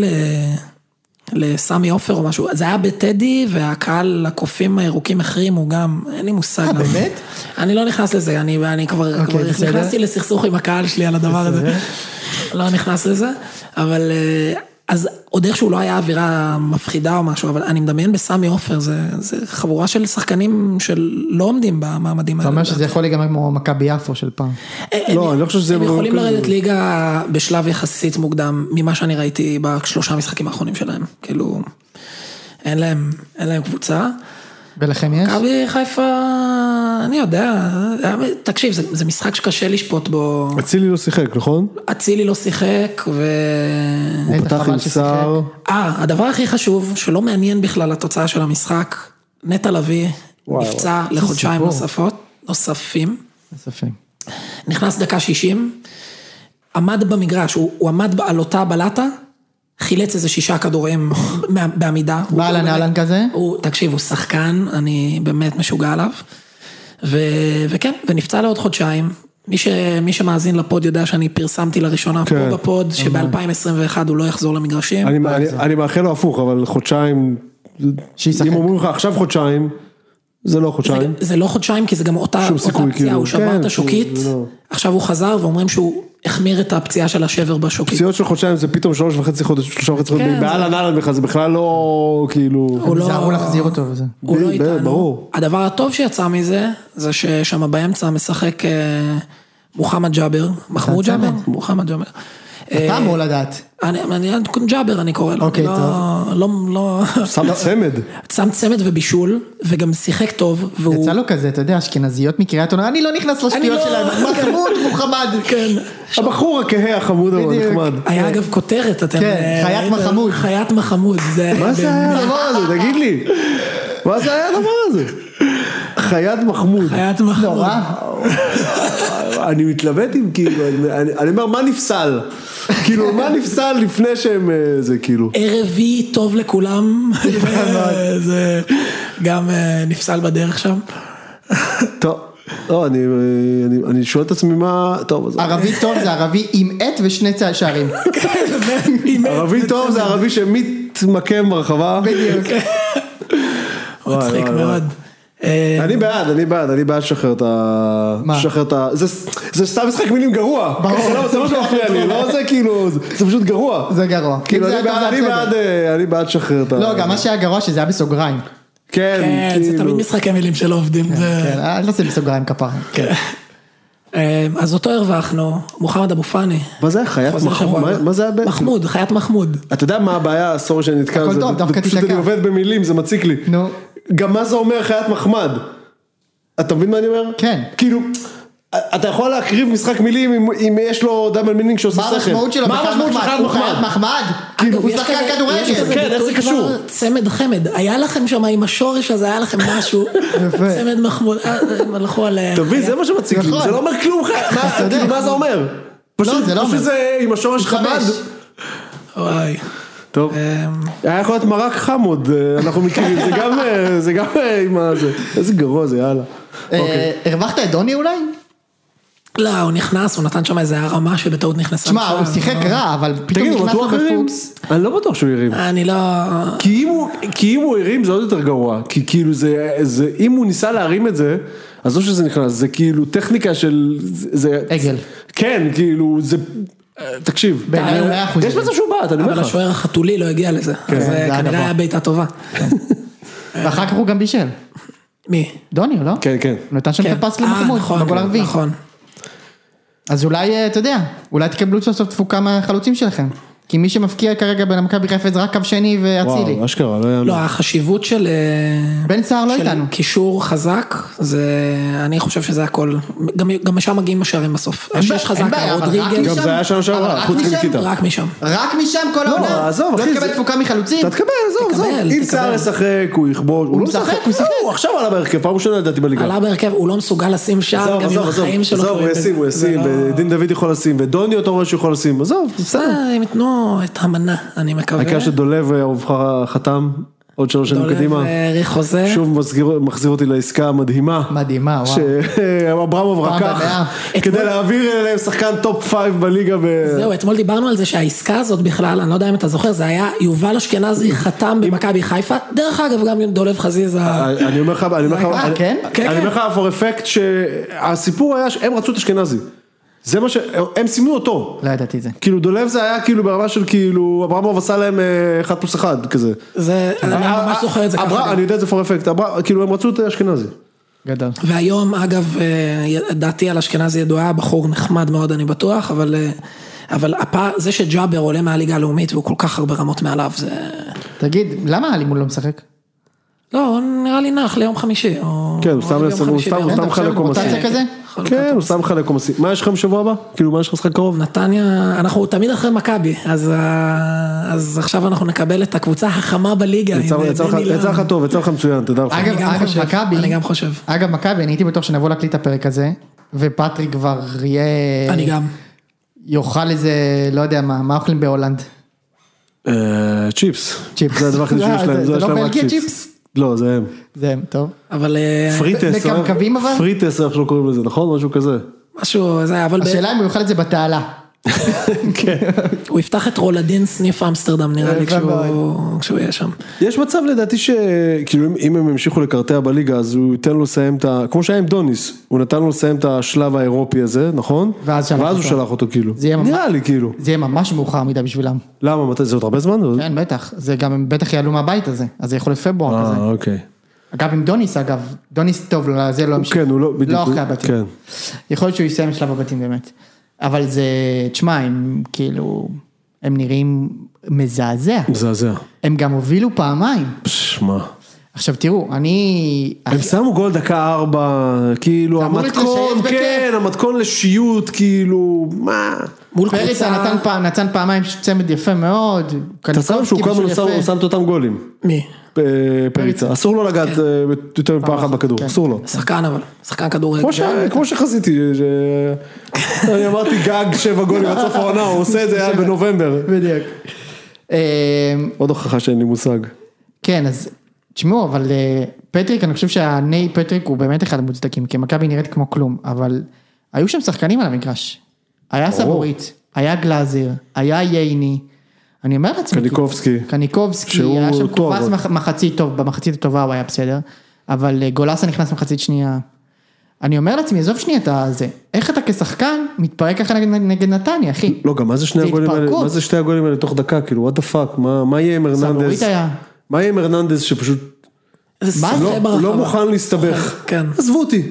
לסמי אופר או משהו, זה היה בטדי, והקהל, הקופים הירוקים החרימו גם, אין לי מושג. באמת? אני לא נכנס לזה, אני כבר נכנסתי לסכסוך עם הקהל שלי על הדבר הזה. לא נכנס לזה, אבל... אז עוד איכשהו לא היה אווירה מפחידה או משהו, אבל אני מדמיין בסמי אופר, זה חבורה של שחקנים שלא עומדים במעמדים האלה. אתה אומר שזה יכול להיגמר כמו מכבי יפו של פעם. לא, אני לא חושב שזה... הם יכולים לרדת ליגה בשלב יחסית מוקדם, ממה שאני ראיתי בשלושה משחקים האחרונים שלהם. כאילו, אין להם קבוצה. ולכם יש? מכבי חיפה, אני יודע, תקשיב, זה משחק שקשה לשפוט בו. אצילי לא שיחק, נכון? אצילי לא שיחק, הוא פתח עם שר. הדבר הכי חשוב, שלא מעניין בכלל התוצאה של המשחק, נטע לביא נפצע לחודשיים נוספים. נכנס דקה 60, עמד במגרש, הוא עמד על אותה בלטה, חילץ איזה 6 כדורים בעמידה. בעל הנעלן כזה? תקשיב, הוא שחקן, אני באמת משוגע עליו. וכן, ונפצע לעוד חודשיים. מי שמאזין לפוד יודע שאני פרסמתי לראשונה פה בפוד, שב-2021 הוא לא יחזור למגרשים. אני מאחל לו הפוך, אבל חודשיים, אם אומרים לך עכשיו חודשיים, זה לא חודשיים. זה לא חודשיים, כי זה גם אותה פציעה, הוא שבר את השוקית, עכשיו הוא חזר ואומרים שהוא החמיר את הפציעה של השבר בשוקית. פציעות של חודשיים זה פתאום 3.5 חודש, בעל הנעלן בכלל, זה בכלל לא כאילו... זה אמרו להחזיר אותו וזה. הוא לא איתנו. הדבר הטוב שיצא מזה, זה ששם באמצע משחק מוחמד ג'אבר, מחמוד ג'אבר? מוחמד ג'אבר. אתה אמור לדעת. ג'אבר אני קורא לו. אוקיי, טוב. שם צמד. שם צמד ובישול, וגם שיחק טוב. יצא לו כזה, אתה יודע, אשכנזיות מקריית אונו, אני לא נכנס לשטויות שלהם, מחמוד, מוחמד. כן. הבחור הכהה החמוד הנחמד. היה אגב כותרת, אתם... כן, חיית מחמוד. חיית מחמוד. מה זה היה הדבר הזה? תגיד לי. מה זה היה הדבר הזה? חיית מחמוד. חיית מחמוד. נורא. אני מתלבט עם כאילו, אני אומר, מה נפסל? כאילו, מה נפסל לפני שהם, זה כאילו. ערבי טוב לכולם. זה גם נפסל בדרך שם. טוב, לא, אני שואל את עצמי מה, טוב. ערבי טוב זה ערבי עם עט ושני שערים. ערבי טוב זה ערבי שמתמקם ברחבה. בדיוק. מצחיק מאוד. אני בעד לשחרר את ה... זה סתם משחק מילים גרוע. זה לא שמפריע לי, לא זה כאילו, זה פשוט גרוע. זה גרוע. אני בעד לשחרר את ה... לא, גם מה שהיה גרוע שזה היה בסוגריים. כן, זה תמיד משחקי מילים שלא עובדים. כן, אל תעשה בסוגריים כפרה. אז אותו הרווחנו, מוחמד אבו פאני. מה זה היה? חיית מחמוד? מה זה היה? מחמוד, חיית מחמוד. אתה יודע מה הבעיה? סורי שאני נתקע על זה. פשוט אני עובד במילים, זה מציק לי. נו. גם מה זה אומר חיית מחמד? אתה מבין מה אני אומר? כן. כאילו, אתה יכול להקריב משחק מילים אם יש לו דאבל מינינג שעושה שכל. מה המשמעות שלו? מה המשמעות של חיית מחמד? מחמד? כאילו, הוא שחקן כדורגל. כן, איך זה קשור? צמד חמד, היה לכם שם עם השורש הזה, היה לכם משהו, צמד מחמוד, הם הלכו על... תבין, זה מה שמציק לי, זה לא אומר כלום, מה זה אומר? פשוט זה עם השורש חמד. וואי. טוב, היה יכול להיות מרק חמוד, אנחנו מכירים, זה גם עם הזה, איזה גרוע זה, יאללה. הרווחת את דוני אולי? לא, הוא נכנס, הוא נתן שם איזה הרמה שבטעות נכנסה. שמע, הוא שיחק רע, אבל פתאום נכנס לו בפוקס. אני לא בטוח שהוא הרים. אני לא... כי אם הוא הרים זה עוד יותר גרוע, כי כאילו זה, אם הוא ניסה להרים את זה, אז לא שזה נכנס, זה כאילו טכניקה של... עגל. כן, כאילו זה... תקשיב, יש מצב שהוא בעט, אני אומר לך. אבל השוער החתולי לא הגיע לזה, אז כנראה היה ביתה טובה. ואחר כך הוא גם בישל. מי? דוני, לא? כן, כן. הוא נתן שם את הפס למחמוד, בגול הרביעי. נכון. אז אולי, אתה יודע, אולי תקבלו סוף סוף תפוקה מהחלוצים שלכם. כי מי שמפקיע כרגע במכבי חיפה זה רק קו שני ואצילי. וואו, אשכרה, לא היה... לא, החשיבות של... בן סער לא איתנו. של קישור חזק, אני חושב שזה הכל, גם משם מגיעים השערים בסוף. השש חזק, רודריגז. גם זה היה שנה שעברה, חוץ מניקיטה. רק משם. רק משם כל העונה. לא, עזוב, אחי. לא תקבל תפוקה מחלוצים. אתה תקבל, עזוב. אם סער ישחק, הוא יכבוש. הוא לא משחק, הוא עכשיו עלה בהרכב, פעם ראשונה לדעתי בליגה. עלה בהרכב, הוא לא מסוגל לשים שער, גם עם החיים שלו. עזוב, הוא ישים, ודין דוד יכול לשים, ודוני אותו רואה שיכול לשים, עזוב, בסדר. הם יתנו את המנה, אני מקווה. העיקר שדולב אהובך חתם, עוד 3 שנים קדימה. דולב ריח חוזה. שוב מחזיר אותי לעסקה המדהימה. מדהימה, וואו. שאברמוב רקח, כדי להעביר שחקן טופ 5 בליגה. זהו, אתמול דיברנו על זה שהעסקה הזאת בכלל, אני לא יודע אם אתה זוכר, זה היה יובל אשכנזי חתם במכבי חיפה, דרך אגב גם דולב חזיזה. אני אומר לך, for effect, שהסיפור היה שהם רצו את אשכנזי. זה מה שהם סימנו אותו. לא ידעתי את זה. כאילו דולב זה היה כאילו ברמה של כאילו, אברמוב עשה להם 1+1 כזה. זה, אני ממש זוכר את זה ככה. אני יודע את זה for effect, כאילו הם רצו את אשכנזי. גדול. והיום אגב, דעתי על אשכנזי ידועה, בחור נחמד מאוד אני בטוח, אבל זה שג'אבר עולה מהליגה הלאומית, והוא כל כך הרבה רמות מעליו, זה... תגיד, למה הלימוד לא משחק? לא, נראה לי נח ליום חמישי. כן, הוא סתם חלק קומסי. כן, הוא סתם חלק קומסי. מה יש לכם בשבוע הבא? כאילו, מה יש לך משחק קרוב? נתניה, אנחנו תמיד אחרי מכבי, אז עכשיו אנחנו נקבל את הקבוצה החמה בליגה. יצא לך טוב, יצא לך מצוין, תדע לך. אני גם חושב. אגב, מכבי, אני הייתי בטוח שנבוא להקליט את הפרק הזה, ופטריק כבר יהיה... אני גם. יאכל איזה, לא יודע מה אוכלים בהולנד? צ'יפס. צ'יפס. זה הדבר הכי שיש להם. זה לא בלגיה צ'יפס? לא, זה הם. זה הם, טוב. אבל... פריטס. מקווים אבל? פריטס, איך שלא קוראים לזה, נכון? משהו כזה. משהו, זה אבל... השאלה אם הוא יאכל את זה בתעלה. כן. הוא יפתח את רולדין סניף אמסטרדם נראה לי כשהוא יהיה שם. יש מצב לדעתי שכאילו אם הם המשיכו לקרטע בליגה אז הוא ייתן לו לסיים את ה... כמו שהיה עם דוניס, הוא נתן לו לסיים את השלב האירופי הזה, נכון? ואז הוא שלח אותו כאילו. נראה לי כאילו. זה יהיה ממש מאוחר מדי בשבילם. למה? מתי? זה עוד הרבה זמן? כן, בטח. זה גם הם בטח יעלו מהבית הזה. אז זה יכול להיות פברואר כזה. אוקיי. אגב עם דוניס אגב, דוניס טוב, זה לא המשיך. כן, הוא לא... לא אחרי הבתים. יכול להיות שהוא יסיים שלב הבתים באמת. אבל זה, תשמע, הם כאילו, הם נראים מזעזע. מזעזע. הם גם הובילו פעמיים. שמע. עכשיו תראו, הם שמו גול דקה 4, כאילו המתכון, כן, המתכון לשיוט, כאילו, מה? פריצה נתן פעמיים צמד יפה מאוד. אתה שם שהוא כל הזמן הוא שם את אותם גולים. מי? פריצה. אסור לו לגעת יותר מפעם אחת בכדור, אסור לו. שחקן אבל, שחקן כדורגל. כמו שחזיתי, אני אמרתי גג 7 גולים עד סוף העונה, הוא עושה את זה היה בנובמבר. בדיוק. עוד הוכחה שאין לי מושג. כן, אז תשמעו, אבל פטריק, אני חושב שהני פטריק הוא באמת אחד המוצדקים, כי מכבי נראית כמו כלום, אבל היו שם שחקנים על המגרש. היה סבורית, היה גלאזר, היה ייני, אני אומר לעצמי, קניקובסקי, היה שם קובס מחצית טוב, במחצית הטובה הוא היה בסדר, אבל גולסה נכנס מחצית שנייה, אני אומר לעצמי, עזוב שנייה את זה, איך אתה כשחקן מתפרק ככה נגד נתניה, אחי? לא, גם מה זה שתי הגולים האלה תוך דקה, כאילו, what the fuck, מה יהיה עם הרננדז? מה יהיה עם הרננדז שפשוט לא מוכן להסתבך? עזבו אותי.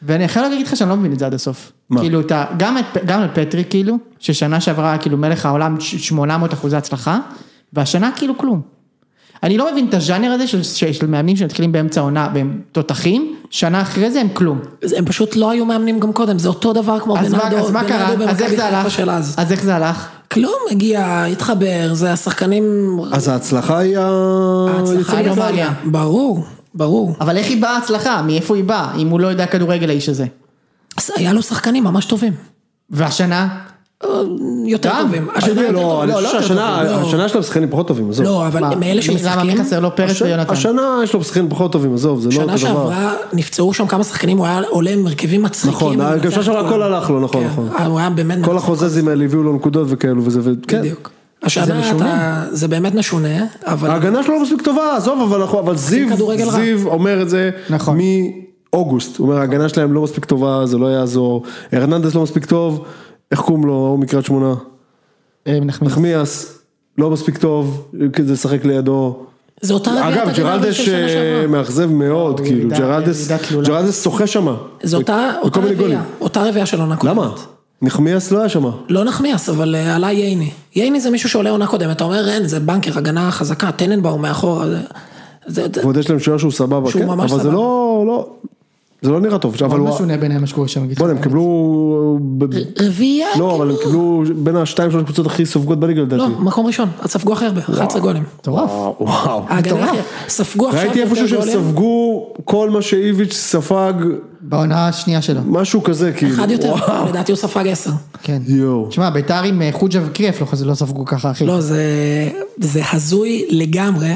ואני יכול להגיד לך שאני לא מבין את זה עד הסוף. כאילו, גם לפטרי, כאילו, ששנה שעברה, כאילו, מלך העולם 800% הצלחה, והשנה כאילו כלום. אני לא מבין את הז'אנר הזה של מאמנים שמתחילים באמצע העונה, והם תותחים, שנה אחרי זה הם כלום. הם פשוט לא היו מאמנים גם קודם, זה אותו דבר כמו בנאדו. אז מה קרה? אז איך זה הלך? אז איך זה הלך? כלום, הגיע, התחבר, זה השחקנים... אז ההצלחה היא ההצלחה היא אנומליה, ברור. אבל איך היא באה ההצלחה? מאיפה היא באה? אם הוא לא יודע כדורגל האיש הזה. אז היה לו שחקנים ממש טובים. והשנה? יותר טובים. השנה יש לו שחקנים פחות טובים, עזוב. לא, אבל מאלה שמשחקים... למה מי חסר לו פרץ ויונתן? השנה יש לו שחקנים פחות טובים, עזוב, זה לא אותו דבר. שנה שעברה נפצעו שם כמה שחקנים, הוא היה עולה עם מרכיבים מצחיקים. נכון, גם שנה שעברה הכל הלך לו, נכון. הוא היה באמת... כל החוזזים האלה הביאו לו נקודות וכאלו וזה, בדיוק. השנה זה באמת משונה, אבל... ההגנה שלו לא מספיק טובה, עזוב, אבל זיו אומר את זה מאוגוסט, הוא אומר, ההגנה שלהם לא מספיק טובה, זה לא יעזור, הרננדס לא מספיק טוב, איך קוראים לו, הוא מקריית שמונה? נחמיאס, לא מספיק טוב, כדי לשחק לידו. זה אותה רביעה. אגב, ג'רלדש מאכזב מאוד, כאילו, ג'רלדש שוחה שמה. זה אותה רביעה של עונה קודמת. למה? נחמיאס לא היה שמה. לא נחמיאס, אבל עלה ייני. ייני זה מישהו שעולה עונה קודמת, אתה אומר, אין, זה בנקר, הגנה חזקה, טננבאום מאחור. ועוד יש להם שוער שהוא סבבה, כן? אבל זה לא נראה טוב. מאוד משונה ביניהם מה שקורה שם. בוא, הם קיבלו... רביעייה? לא, אבל הם קיבלו בין ה2-3 קבוצות הכי סופגות בליגה לדעתי. לא, מקום ראשון, אז ספגו הכי הרבה, 11 גולים. טורף. וואו. ההגנה הכי, ספגו עכשיו ראיתי איפשהו שהם ספגו כל מה שאיביץ' ספג... בעונה השנייה שלו. משהו כזה, כאילו. אחד יותר, לדעתי הוא ספג 10. כן. תשמע, בית"ר עם חוג'ה וקריאף לא ספגו ככה, אחי. לא, זה הזוי לגמרי,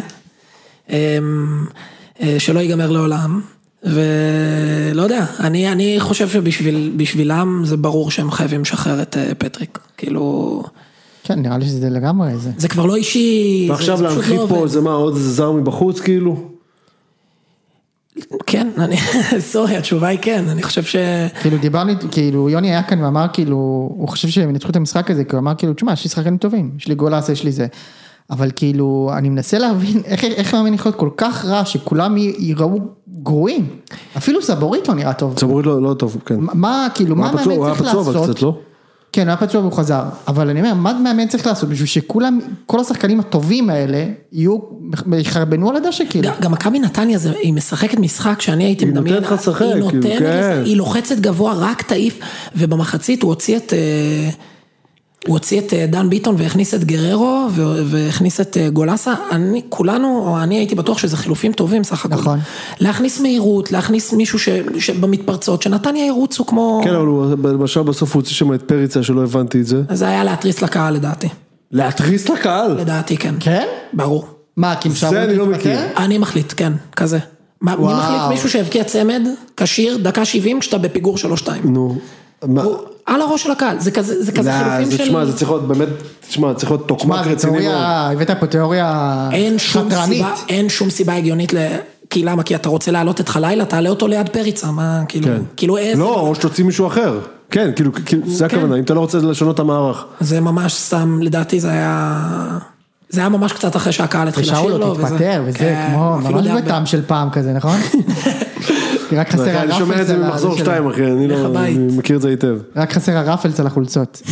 שלא ייגמר לעולם. ולא יודע, אני חושב שבשבילם זה ברור שהם חייבים לשחרר את פטריק, כאילו... כן, נראה לי שזה לגמרי זה. זה כבר לא אישי, ועכשיו להנחית פה, זה מה, עוד זר מבחוץ, כאילו? כן, סורי, התשובה היא כן, אני חושב ש... כאילו דיברנו, כאילו יוני היה כאן ואמר כאילו, הוא חושב שהם ינצחו את המשחק הזה, כי הוא אמר כאילו, תשמע, יש לי שחקנים טובים, יש לי גולס, יש לי זה. אבל כאילו, אני מנסה להבין איך מאמין יכול להיות כל כך רע, שכולם ייראו גרועים. אפילו סבורית לא נראה טוב. סבורית לא טוב, כן. מה, כאילו, מה מאמן צריך לעשות? כן, הוא היה פצוע והוא חזר. אבל אני אומר, מה מאמן צריך לעשות? בשביל שכולם, כל השחקנים הטובים האלה, יחרבנו על הדשא, כאילו. גם מכבי נתניה, היא משחקת משחק שאני הייתי מדמיין. היא לוחצת גבוה, רק תעיף, ובמחצית הוא הוציא את דן ביטון והכניס את גררו והכניס את גולסה, אני הייתי בטוח שזה חילופים טובים סך הכל. נכון. להכניס מהירות, להכניס מישהו שבמתפרצות, שנתניה ירוצו כמו... כן, אבל למשל בסוף הוא הוציא שם את פריצה שלא הבנתי את זה. זה היה להתריס לקהל לדעתי. להתריס לקהל? לדעתי כן. כן? ברור. מה, כי משם זה אני לא מכיר. אני מחליט, כן, כזה. מי מחליט מישהו שהבקיע צמד, קשיר, דקה 70 כשאתה בפיגור 3-2. נו. על הראש של הקהל, זה כזה חילופים של... תשמע, זה צריך להיות באמת, תשמע, צריך להיות תוקמק רציני מאוד. הבאת פה תיאוריה חתרנית. אין שום סיבה הגיונית, כי למה? כי אתה רוצה להעלות את חלילה, תעלה אותו ליד פריצה, מה, כאילו איזה... לא, או שתוציא מישהו אחר. כן, כאילו, זה הכוונה, אם אתה לא רוצה לשנות את המערך. זה ממש סתם, לדעתי זה היה ממש קצת אחרי שהקהל התחיל לשיר לו. תתפטר, וזה כמו, ממש בטעם של פעם כזה, נכון? רק חסר הרפלס. אני שומע את זה במחזור 2 אחי, אני מכיר את זה היטב. רק חסר הרפלס על החולצות.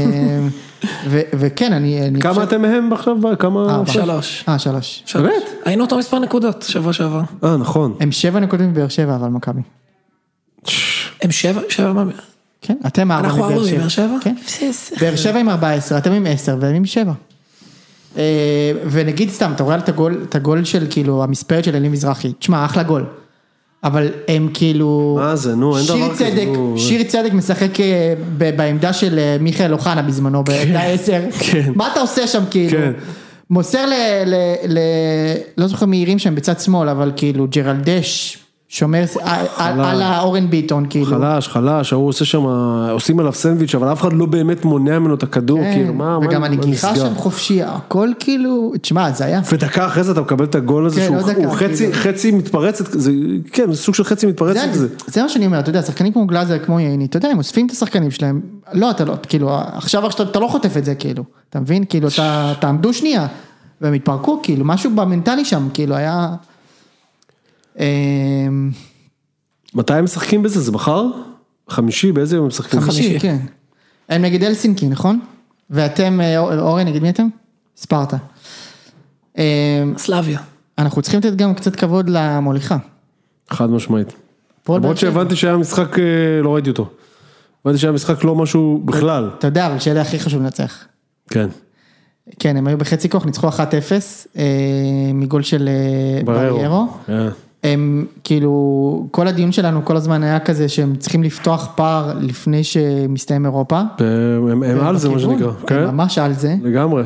וכן, אני... כמה אתם מהם עכשיו? 3. 3. באמת? היינו אותו מספר נקודות, שבוע שעבר. נכון. הם 7 נקודות מבאר שבע, אבל מכבי. הם 7 מה? כן, אתם 4 אנחנו 4 מבאר שבע? כן. באר שבע עם 14, אתם עם 10 והם עם 7. ונגיד סתם, אתה רואה את הגול של כאילו המספרת של אלי מזרחי, תשמע, אחלה גול. אבל הם כאילו... מה זה, נו, אין דבר כזה. שיר צדק משחק בעמדה של מיכאל אוחנה בזמנו, בעמדה 10. מה אתה עושה שם כאילו? מוסר לא זוכר מהירים שם בצד שמאל, אבל כאילו ג'רלדש שומר על האורן ביטון כאילו. חלש, הוא עושה שם, עושים עליו סנדוויץ', אבל אף אחד לא באמת מונע ממנו את הכדור, כאילו, מה וגם הנגיחה שם חופשי, הכל כאילו, תשמע, זה היה. ודקה אחרי זה אתה מקבל את הגול הזה, שהוא חצי מתפרצת, כן, זה סוג של חצי מתפרצת כזה. זה מה שאני אומר, אתה יודע, שחקנים כמו גלאזר, כמו ייני, אתה יודע, הם אוספים את השחקנים שלהם, לא, אתה לא, כאילו, עכשיו אתה לא חוטף את זה, כאילו, אתה מבין, כאילו, אתה עמדו שנייה, והם התפרקו, כאילו, משהו במנטלי שם, כאילו, היה... מתי הם משחקים בזה? זה מחר? חמישי? באיזה יום הם משחקים? חמישי, כן. הם נגד אלסינקי, נכון? ואתם, אורי, נגד מי אתם? ספרטה. סלאביה. אנחנו צריכים לתת גם קצת כבוד למוליכה. חד משמעית. למרות שהבנתי שהיה משחק, לא ראיתי אותו. הבנתי שהיה משחק לא משהו בכלל. אתה יודע, אבל שאלה הכי חשוב לנצח. כן. כן, הם היו בחצי כוח, ניצחו 1-0, מגול של בריירו. הם כאילו, כל הדיון שלנו כל הזמן היה כזה שהם צריכים לפתוח פער לפני שמסתיים אירופה. הם על זה מה שנקרא. הם ממש על זה. לגמרי.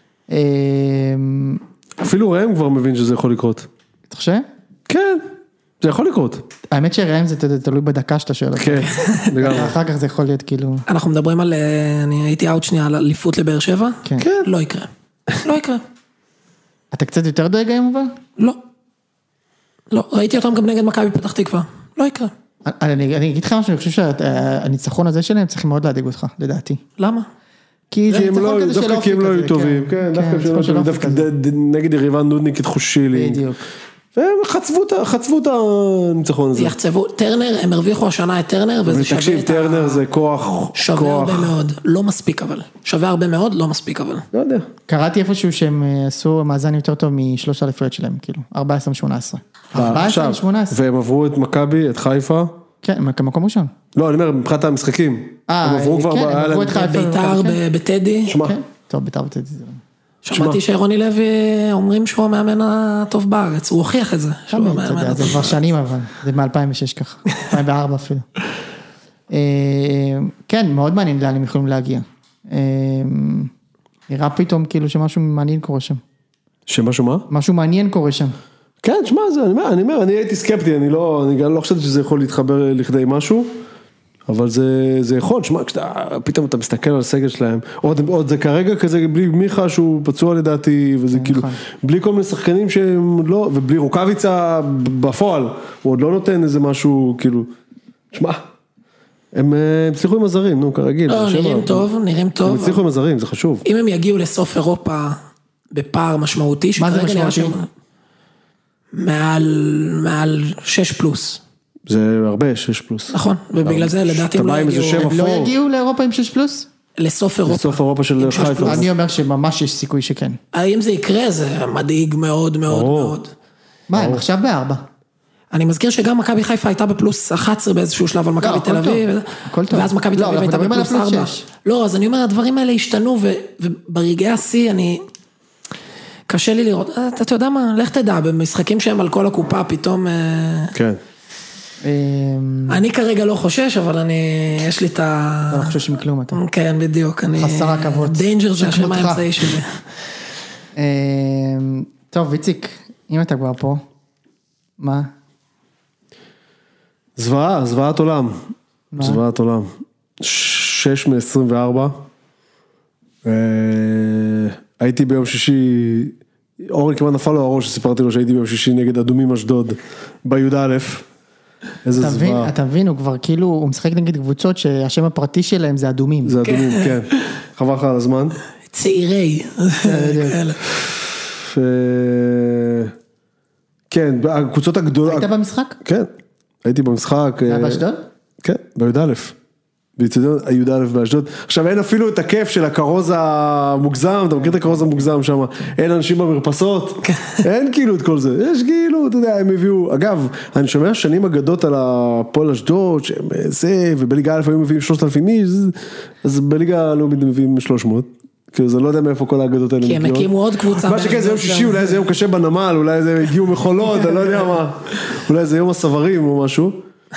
אפילו ראם כבר מבין שזה יכול לקרות. אתה חושב? כן, זה יכול לקרות. האמת שראם זה תלוי בדקה שאתה שואל. כן, לגמרי. אחר כך זה יכול להיות כאילו... אנחנו מדברים על, אני הייתי עוד שנייה על אליפות לבאר שבע? כן. לא יקרה. לא יקרה. אתה קצת יותר דואג היום אבל? לא. לא, ראיתי אותם גם נגד מכבי פתח תקווה. לא יקרה. אני אגיד לך משהו, אני חושב שהניצחון הזה שלהם צריך מאוד להדאיג אותך, לדעתי. למה? כי זה ניצחון כזה של אופי כזה. דווקא כי הם לא היו טובים, כן, דווקא נגד יריבה נודניקית חושי. בדיוק. והם חצבו את הניצחון הזה. יחצבו, טרנר, הם הרוויחו השנה את טרנר, וזה שווה תקשיב, טרנר זה כוח. שווה הרבה מאוד, לא מספיק אבל. שווה הרבה מאוד, לא מספיק אבל. לא יודע. קראתי איפשהו שהם עשו מאזן יותר טוב משלוש האליפויות שלהם, כאילו, 14-18. 14-18. והם עברו את מכבי, את חיפה. כן, כמקום ראשון. לא, אני אומר, מבחינת המשחקים. הם עברו כבר. כן, הם עברו את חיפה. ביתר בטדי. טוב, ביתר בטדי זה... שמעתי שרוני לוי אומרים שהוא המאמן הטוב בארץ, הוא הוכיח את זה. זה כבר שנים אבל, זה מ-2006 ככה, 2004 אפילו. כן, מאוד מעניין לאן הם יכולים להגיע. נראה פתאום כאילו שמשהו מעניין קורה שם. שמשהו מה? משהו מעניין קורה שם. כן, שמע, אני הייתי סקפטי, אני לא חושבת שזה יכול להתחבר לכדי משהו. אבל זה יכול, שמע, פתאום אתה מסתכל על הסגל שלהם, עוד זה כרגע כזה בלי מיכה שהוא פצוע לדעתי, וזה כאילו, בלי כל מיני שחקנים שהם לא, ובלי רוקביצה בפועל, הוא עוד לא נותן איזה משהו, כאילו, שמע, הם הצליחו עם הזרים, נו, כרגיל. לא, נראים טוב. הם הצליחו עם הזרים, זה חשוב. אם הם יגיעו לסוף אירופה בפער משמעותי, מה זה משמעותי? מעל 6 פלוס. זה הרבה, 6 פלוס. נכון, ובגלל זה לדעתי הם לא יגיעו לאירופה עם 6 פלוס? לסוף אירופה. לסוף אירופה של חיפה. אני אומר שממש יש סיכוי שכן. אם זה יקרה, זה מדאיג מאוד מאוד מאוד. מה, הם עכשיו ב4? אני מזכיר שגם מכבי חיפה הייתה בפלוס 11 באיזשהו שלב על מכבי תל אביב. ואז מכבי תל אביב הייתה בפלוס 4. לא, אז אני אומר, הדברים האלה השתנו, וברגעי השיא אני... קשה לי לראות, אתה יודע מה, לך תדע, במשחקים שהם על כל הקופה, פתאום... כן. אני כרגע לא חושש, אבל יש לי את ה... אתה לא חושש מכלום אתה. כן, בדיוק. חסר הכבוד. דיינג'ר זה השם האמצעי שלי. טוב, איציק, אם אתה כבר פה, מה? זוועת עולם. זוועת עולם. 6 מ-24. הייתי ביום שישי, אורי כמעט נפל לו הראש, שסיפרתי לו שהייתי ביום שישי נגד אדומים אשדוד, בי"א. איזה זוועה. אתה מבין, הוא כבר כאילו, הוא משחק נגד קבוצות שהשם הפרטי שלהם זה אדומים. זה אדומים, כן. חבל לך על הזמן. צעירי. כן, הקבוצות הגדולות. היית במשחק? כן, הייתי במשחק. היה באשדוד? כן, בי"א. בי"א באשדוד. עכשיו אין אפילו את הכיף של הכרוז המוגזם, אתה מכיר את הכרוז המוגזם שם, אין אנשים במרפסות, אין כאילו את כל זה, יש כאילו, אתה יודע, הם הביאו, אגב, אני שומע שנים אגדות על הפועל אשדוד, שהם זה, ובליגה א' היו מביאים 3,000 איש, אז בליגה הלאומית מביאים 300, כאילו זה לא יודע מאיפה כל האגדות האלה. כי הם הקימו עוד קבוצה. מה שכן, זה יום שישי, אולי זה יום קשה בנמל, אולי זה הגיעו מחולות, אני לא יודע מה, אולי זה יום הסברים או משהו.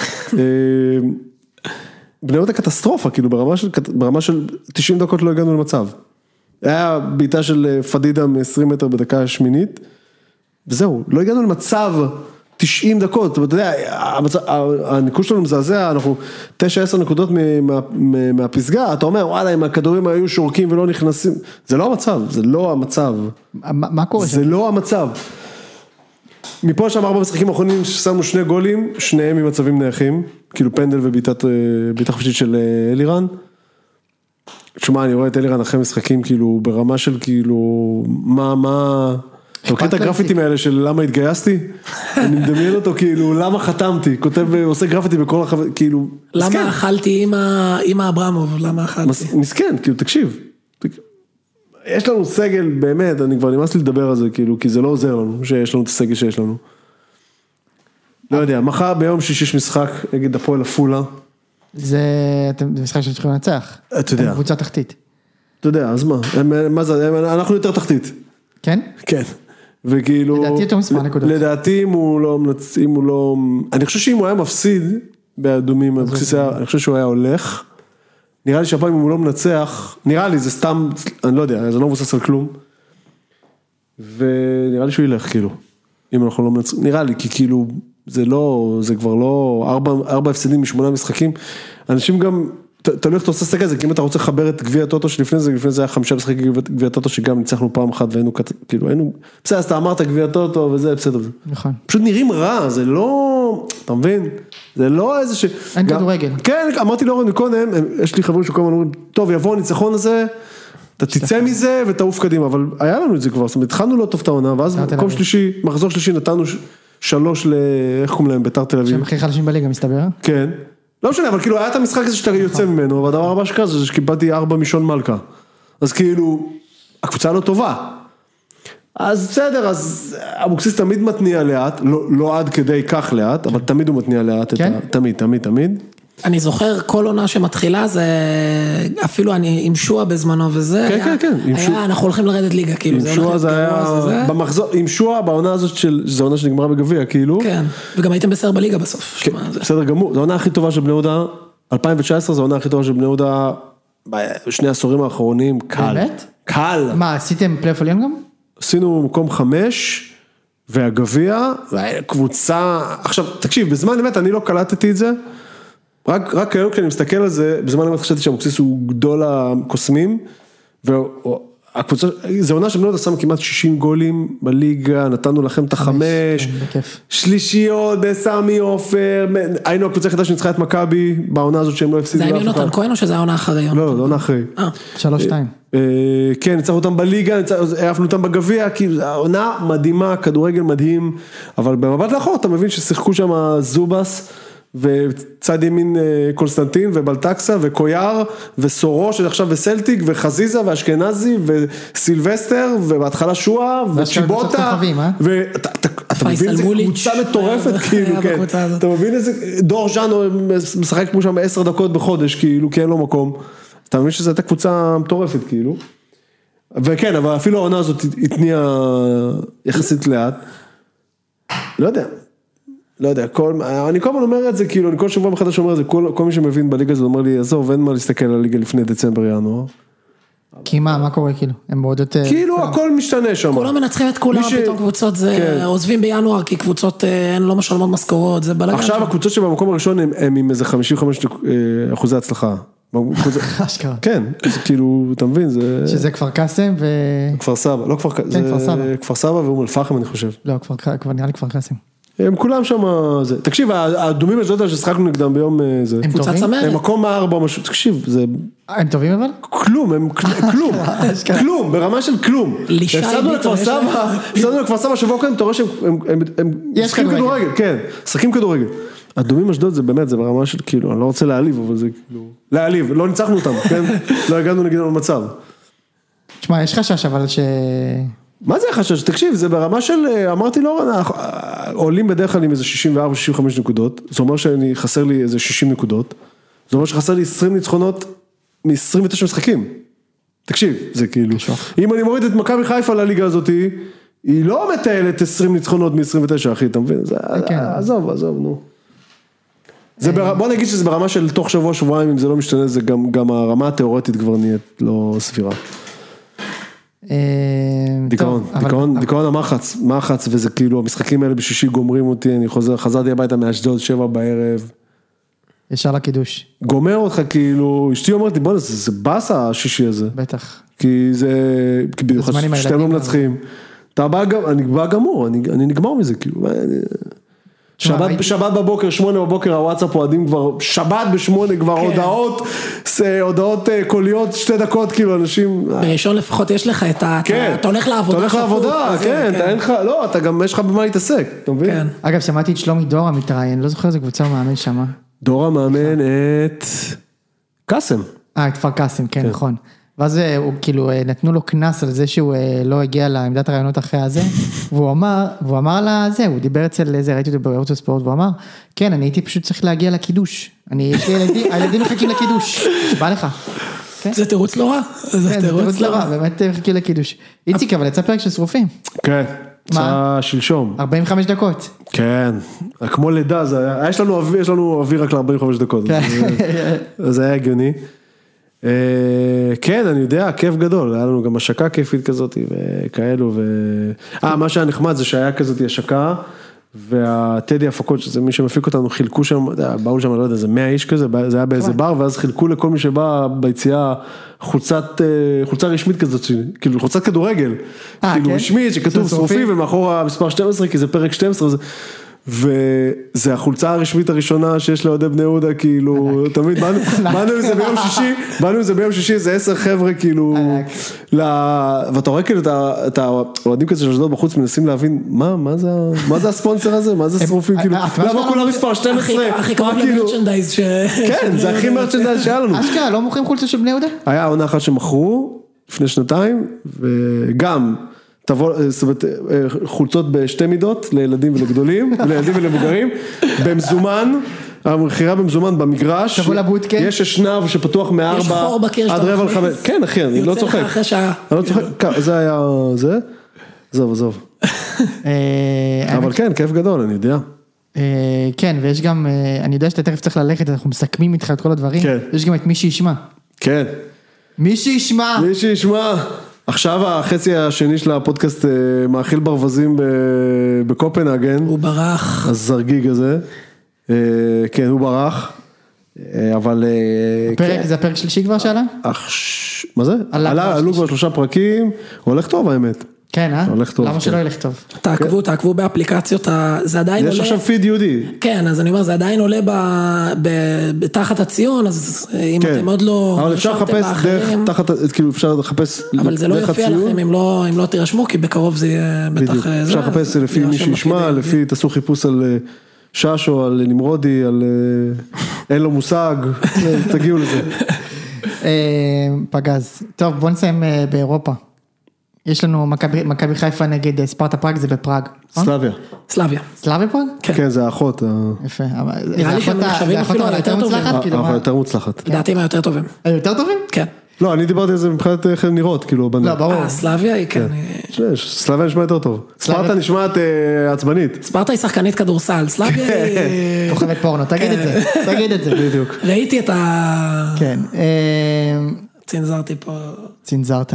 בני יהודה קטסטרופה, כאילו ברמה של 90 דקות לא הגענו למצב. היה בעיטה של פדידה מ-20 מטר בדקה השמינית, וזהו, לא הגענו למצב 90 דקות, אתה יודע, הניקוד שלנו מזעזע, אנחנו 9-10 נקודות מהפסגה, אתה אומר, וואלה, אם הכדורים היו שורקים ולא נכנסים, זה לא המצב, זה לא המצב. מה קורה? זה לא המצב. מפה שם 4 משחקים האחרונים ששמנו 2 גולים, שניהם ממצבים נייחים, כאילו פנדל ובעיטה חופשית של אלירן. תשמע, אני רואה את אלירן אחרי משחקים כאילו ברמה של כאילו, מה, אתה מכיר את הגרפיטים האלה של למה התגייסתי? אני מדמיין אותו כאילו, למה חתמתי? כותב, עושה גרפיטי בכל כאילו... למה אכלתי עם אברמוב? למה אכלתי? מסכן, כאילו, תקשיב. יש לנו סגל, באמת, אני כבר נמאס לי לדבר על זה, כאילו, כי זה לא עוזר לנו, שיש לנו את הסגל שיש לנו. לא יודע, מחר ביום שישי יש משחק, נגיד הפועל עפולה. זה משחק שאתם צריכים לנצח. אתה יודע. קבוצה תחתית. אתה יודע, אז מה זה, אנחנו יותר תחתית. כן? כן. וכאילו... לדעתי יותר מספר נקודות. לדעתי אם הוא לא... אני חושב שאם הוא היה מפסיד באדומים, אני חושב שהוא היה הולך. נראה לי שהפעם אם הוא לא מנצח, נראה לי זה סתם, אני לא יודע, זה לא מבוסס על כלום. ונראה לי שהוא ילך כאילו. אם אנחנו לא מנצחים, נראה לי, כי כאילו... זה כבר לא 4 הפסדים מ8 משחקים, אנשים גם, תלוי איך אתה עושה סגל, זה כי אם אתה רוצה לחבר את גביע הטוטו שלפני זה היה 5 משחקים גביע הטוטו שגם ניצחנו פעם אחת והיינו, כאילו היינו, בסדר, אז אתה אמרת גביע הטוטו וזה בסדר. נכון. פשוט נראים רע, זה לא, אתה מבין? זה לא איזה ש... אין כדורגל. כן, אמרתי לאורן מקודם, יש לי חברים שכל הזמן אומרים, טוב יבוא הניצחון הזה, אתה תצא מזה ותעוף קדימה, אבל היה לנו את זה כבר, זאת אומרת, התחלנו לא טוב את העונה, ואז מקום שלישי, מחזור שלישי נתנו 3 איך קוראים להם, ביתר תל אביב. שהם הכי חלשים בליגה, מסתבר. כן. לא משנה, אבל כאילו היה את המשחק הזה שאתה יוצא ממנו, והדבר הבא שקרה זה שקיבלתי 4 משון מלכה. אז כאילו, הקבוצה לא טובה. אז בסדר, אז אבוקסיס תמיד מתניע לאט, לא עד כדי כך לאט, אבל תמיד הוא מתניע לאט, תמיד. אני זוכר כל עונה שמתחילה, זה אפילו אני עם שואה בזמנו וזה, כן. אנחנו הולכים לרדת ליגה, כאילו. עם שואה זה היה, עם שואה בעונה הזאת, זו עונה שנגמרה בגביע, כאילו. כן, וגם הייתם בסדר בליגה בסוף. בסדר גמור, זו העונה הכי טובה של בני יהודה, 2019 זו העונה הכי טובה של בני יהודה, בשני העשורים האחרונים, קל. באמת? קל. מה, עשיתם פלייאוף עליון גם? עשינו מקום 5, והגביע, קבוצה, עכשיו, תקשיב, בזמן אמת אני לא קלטתי את זה, רק היום כשאני מסתכל על זה, בזמן אמת חשבתי שאבוקסיס הוא גדול הקוסמים, והקבוצה, זה עונה שבני יהודה שם כמעט 60 גולים בליגה, נתנו לכם את 5, שלישיות בסמי עופר, היינו הקבוצה היחידה שניצחה את מכבי, בעונה הזאת שהם לא הפסידו. זה היה יונתן כהן או שזה העונה אחרי? לא, זה עונה אחרי. 3-2. כן, ניצחנו אותם בליגה, העפנו אותם בגביע, כי העונה מדהימה, כדורגל מדהים, אבל במבט לאחור אתה מבין ששיחקו שם זובס, וצד ימין קונסטנטין ובלטקסה וקויר וסורו שעכשיו וסלטיק וחזיזה ואשכנזי וסילבסטר ובהתחלה שואה וצ'יבוטה ואתה מבין איזה קבוצה מטורפת כאילו, כן, אתה מבין איזה דור ז'אן משחק כמו שם 10 דקות בחודש כאילו, כי אין לו מקום, אתה מבין שזו הייתה קבוצה מטורפת כאילו, וכן, אבל אפילו העונה הזאת התניעה יחסית לאט, לא יודע, אני כל הזמן אומר את זה, כאילו, אני כל שבוע מחדש אומר את זה, כל מי שמבין בליגה הזאת אומר לי, עזוב, אין מה להסתכל על הליגה לפני דצמבר, ינואר. כי מה קורה כאילו? הם מאוד יותר... כאילו, הכל משתנה שם. כולם מנצחים את כולם, פתאום קבוצות זה, עוזבים בינואר, כי קבוצות הן לא משלמות משכורות, זה בלגן. עכשיו, הקבוצות שבמקום הראשון הם עם איזה 55% הצלחה. אשכרה. כן, כאילו, אתה מבין, זה... שזה כפר קאסם ו... כפר סבא, לא כפר קאסם, זה כפר סבא ואום אל-פחם, אני חושב. לא, כבר נראה לי כפר קאסם. הם כולם שם, תקשיב, הדומים אשדוד ששחקנו נגדם ביום זה. הם קבוצת צמרת. הם מקום 4 משהו, תקשיב, זה... הם טובים אבל? כלום, ברמה של כלום. הפסדנו לכפר סבא שבוע קודם, אתה רואה שהם משחקים כדורגל, כן, משחקים כדורגל. הדומים אשדוד זה באמת, זה ברמה של כאילו, אני לא רוצה להעליב, אבל זה כאילו... להעליב, לא ניצחנו אותם, כן? לא הגענו נגדם למצב. תשמע, יש חשש אבל ש... מה זה החשש? תקשיב, זה ברמה של, אמרתי לא, עולים בדרך כלל עם איזה 64-65 נקודות, זאת אומרת שאני חסר לי איזה 60 נקודות, זאת אומרת שחסר לי 20 ניצחונות מ-29 משחקים. תקשיב, זה כאילו, אם אני מוריד את מכבי חיפה לליגה הזאת, היא לא מטיילת 20 ניצחונות מ-29, אחי, אתה מבין? עזוב, נו. בוא נגיד שזה ברמה של תוך שבוע-שבועיים, אם זה לא משתנה, זה גם הרמה התיאורטית כבר נהיית לא סבירה. דיכאון המחץ, וזה כאילו, המשחקים האלה בשישי גומרים אותי, אני חזרתי הביתה מאשדוד 7 בערב. ישר לקידוש. גומר אותך כאילו, אשתי אומרת לי, בוא, זה באסה השישי הזה. בטח. כי זה, שאתם לא מנצחים. אני בא גמור, אני נגמר מזה, כאילו. שבת בבוקר, 8 בבוקר, הוואטסאפ אוהדים כבר, שבת ב8 כבר הודעות קוליות, 2 דקות, כאילו אנשים... בראשון לפחות יש לך את ה... אתה הולך לעבודה. אתה הולך לעבודה, כן, אתה אין לך, לא, אתה גם, יש לך במה להתעסק, אתה מבין? אגב, שמעתי את שלומי דורה מתראיין, לא זוכר איזה קבוצה הוא מאמן שמה. דורה מאמן את קסם. את כפר קסם, כן, נכון. ואז הוא כאילו נתנו לו כנס על זה שהוא לא הגיע לעמדת הרעיונות אחרי הזה, והוא אמר לה זה, הוא דיבר אצל זה, ראיתי אותו בערוץ הספורט, והוא אמר, כן, אני הייתי פשוט צריך להגיע לקידוש, יש לי הילדים מחכים לקידוש, שבא לך. זה תירוץ לא רע, זה תירוץ לא רע, באמת מחכים לקידוש. איציק, אבל יצא פרק של שרופים. כן, יצא שלשום. 45 דקות. כן, כמו לידה זה היה, יש לנו אוויר רק ל-45 דקות, זה היה הגיוני. כן, אני יודע, כיף גדול, היה לנו גם השקה כיפית כזאת וכאלו, מה שהיה נחמד זה שהיה כזאת השקה, והטדי הפקות, שזה מי שמפיק אותנו, חילקו שם, באו שם, לא יודע, זה 100 איש כזה, זה היה באיזה בר, ואז חילקו לכל מי שבא ביציאה חולצה רשמית כזאת, כאילו חולצת כדורגל, כאילו רשמית, שכתוב שרופי, ומאחור המספר 12, כי זה פרק 12, וזה החולצה הרשמית הראשונה שיש לאוהדי בני יהודה, כאילו, תמיד, באנו עם זה ביום שישי, זה 10 חבר'ה, כאילו, ואתה רואה כאילו את האוהדים כזה של אשדוד בחוץ, מנסים להבין, מה זה הספונסר הזה? מה זה שרופים, כאילו, למה כולם מספר 12? הכי קרוב למרצ'נדייז כן, זה הכי מרצ'נדייז שהיה לנו. אשכרה, לא מוכרים חולצה של בני יהודה? היה עונה אחת שמכרו, לפני 2 וגם, זאת אומרת, חולצות בשתי מידות, לילדים ולגדולים, לילדים ולמבוגרים, במזומן, המחירה במזומן במגרש, יש אשנב שפתוח מ4 עד 4:45, כן אחי, אני לא צוחק, זה היה זה, עזוב, אבל כן, כיף גדול, אני יודע. כן, ויש גם, אני יודע שאתה תכף צריך ללכת, אנחנו מסכמים איתך את כל הדברים, יש גם את מי שישמע. כן. מי שישמע. עכשיו החצי השני של הפודקאסט מאכיל ברווזים בקופנהגן. הוא ברח. הזרגיג הזה. כן, הוא ברח. אבל... זה הפרק שלישי כבר שעלה? מה זה? עלו כבר 3 פרקים. הולך טוב האמת. כן, למה שלא ילך טוב? תעקבו באפליקציות, זה עדיין עולה... יש עכשיו פיד יהודי. כן, אז אני אומר, זה עדיין עולה בתחת הציון, אז אם אתם עוד לא... אבל אפשר לחפש דרך, כאילו אפשר לחפש... אבל זה לא יופיע לכם אם לא תירשמו, כי בקרוב זה יהיה בטח... אפשר לחפש לפי מי שישמע, לפי תעשו חיפוש על ששו, על נמרודי, על... אין לו מושג, תגיעו לזה. פגז. טוב, בוא נסיים באירופה. יש לנו מכבי חיפה נגד ספרטה פראג, זה בפראג. סלאביה. סלאביה פראג? כן, זה האחות. יפה. נראה לי שהם נחשבים אפילו על היותר טובים. יותר מוצלחת. לדעתי הם היותר טובים. היותר טובים? כן. לא, אני דיברתי על זה מבחינת איך הן נראות, כאילו. לא, ברור. סלאביה היא כן. סלאביה נשמע יותר טוב. ספרטה נשמעת עצבנית. ספרטה היא שחקנית כדורסל, סלאביה היא... כוכבת פורנו, תגיד את זה. בדיוק. ראיתי את ה... כן. צנזרתי פה. צנזרת.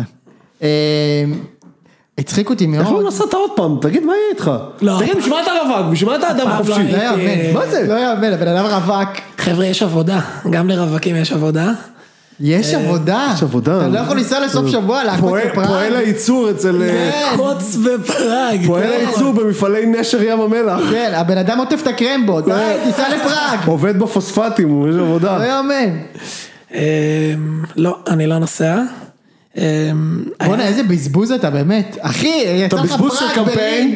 הצחיק אותי מאוד. איך לא נסעת עוד פעם? תגיד, מה יהיה איתך? תגיד, בשביל מה אתה רווק? בשביל מה אתה אדם חופשי? לא יאמן. מה זה? לא יאמן, הבן אדם רווק. חבר'ה, יש עבודה. גם לרווקים יש עבודה. יש עבודה. יש עבודה. אתה לא יכול לנסוע לסוף שבוע, להקוץ בפראג. פועל הייצור אצל... קוץ בפראג. פועל הייצור במפעלי נשר ים המלח. כן, הבן אדם עוטף את הקרמבו. די, תיסע לפראג. עובד בפוספטים, יש עבודה. לא יאמן. לא, אני לא נוסע. בוא'נה, איזה בזבוז אתה באמת. אחי, יצא לך פראג בזבוז של קמפיין,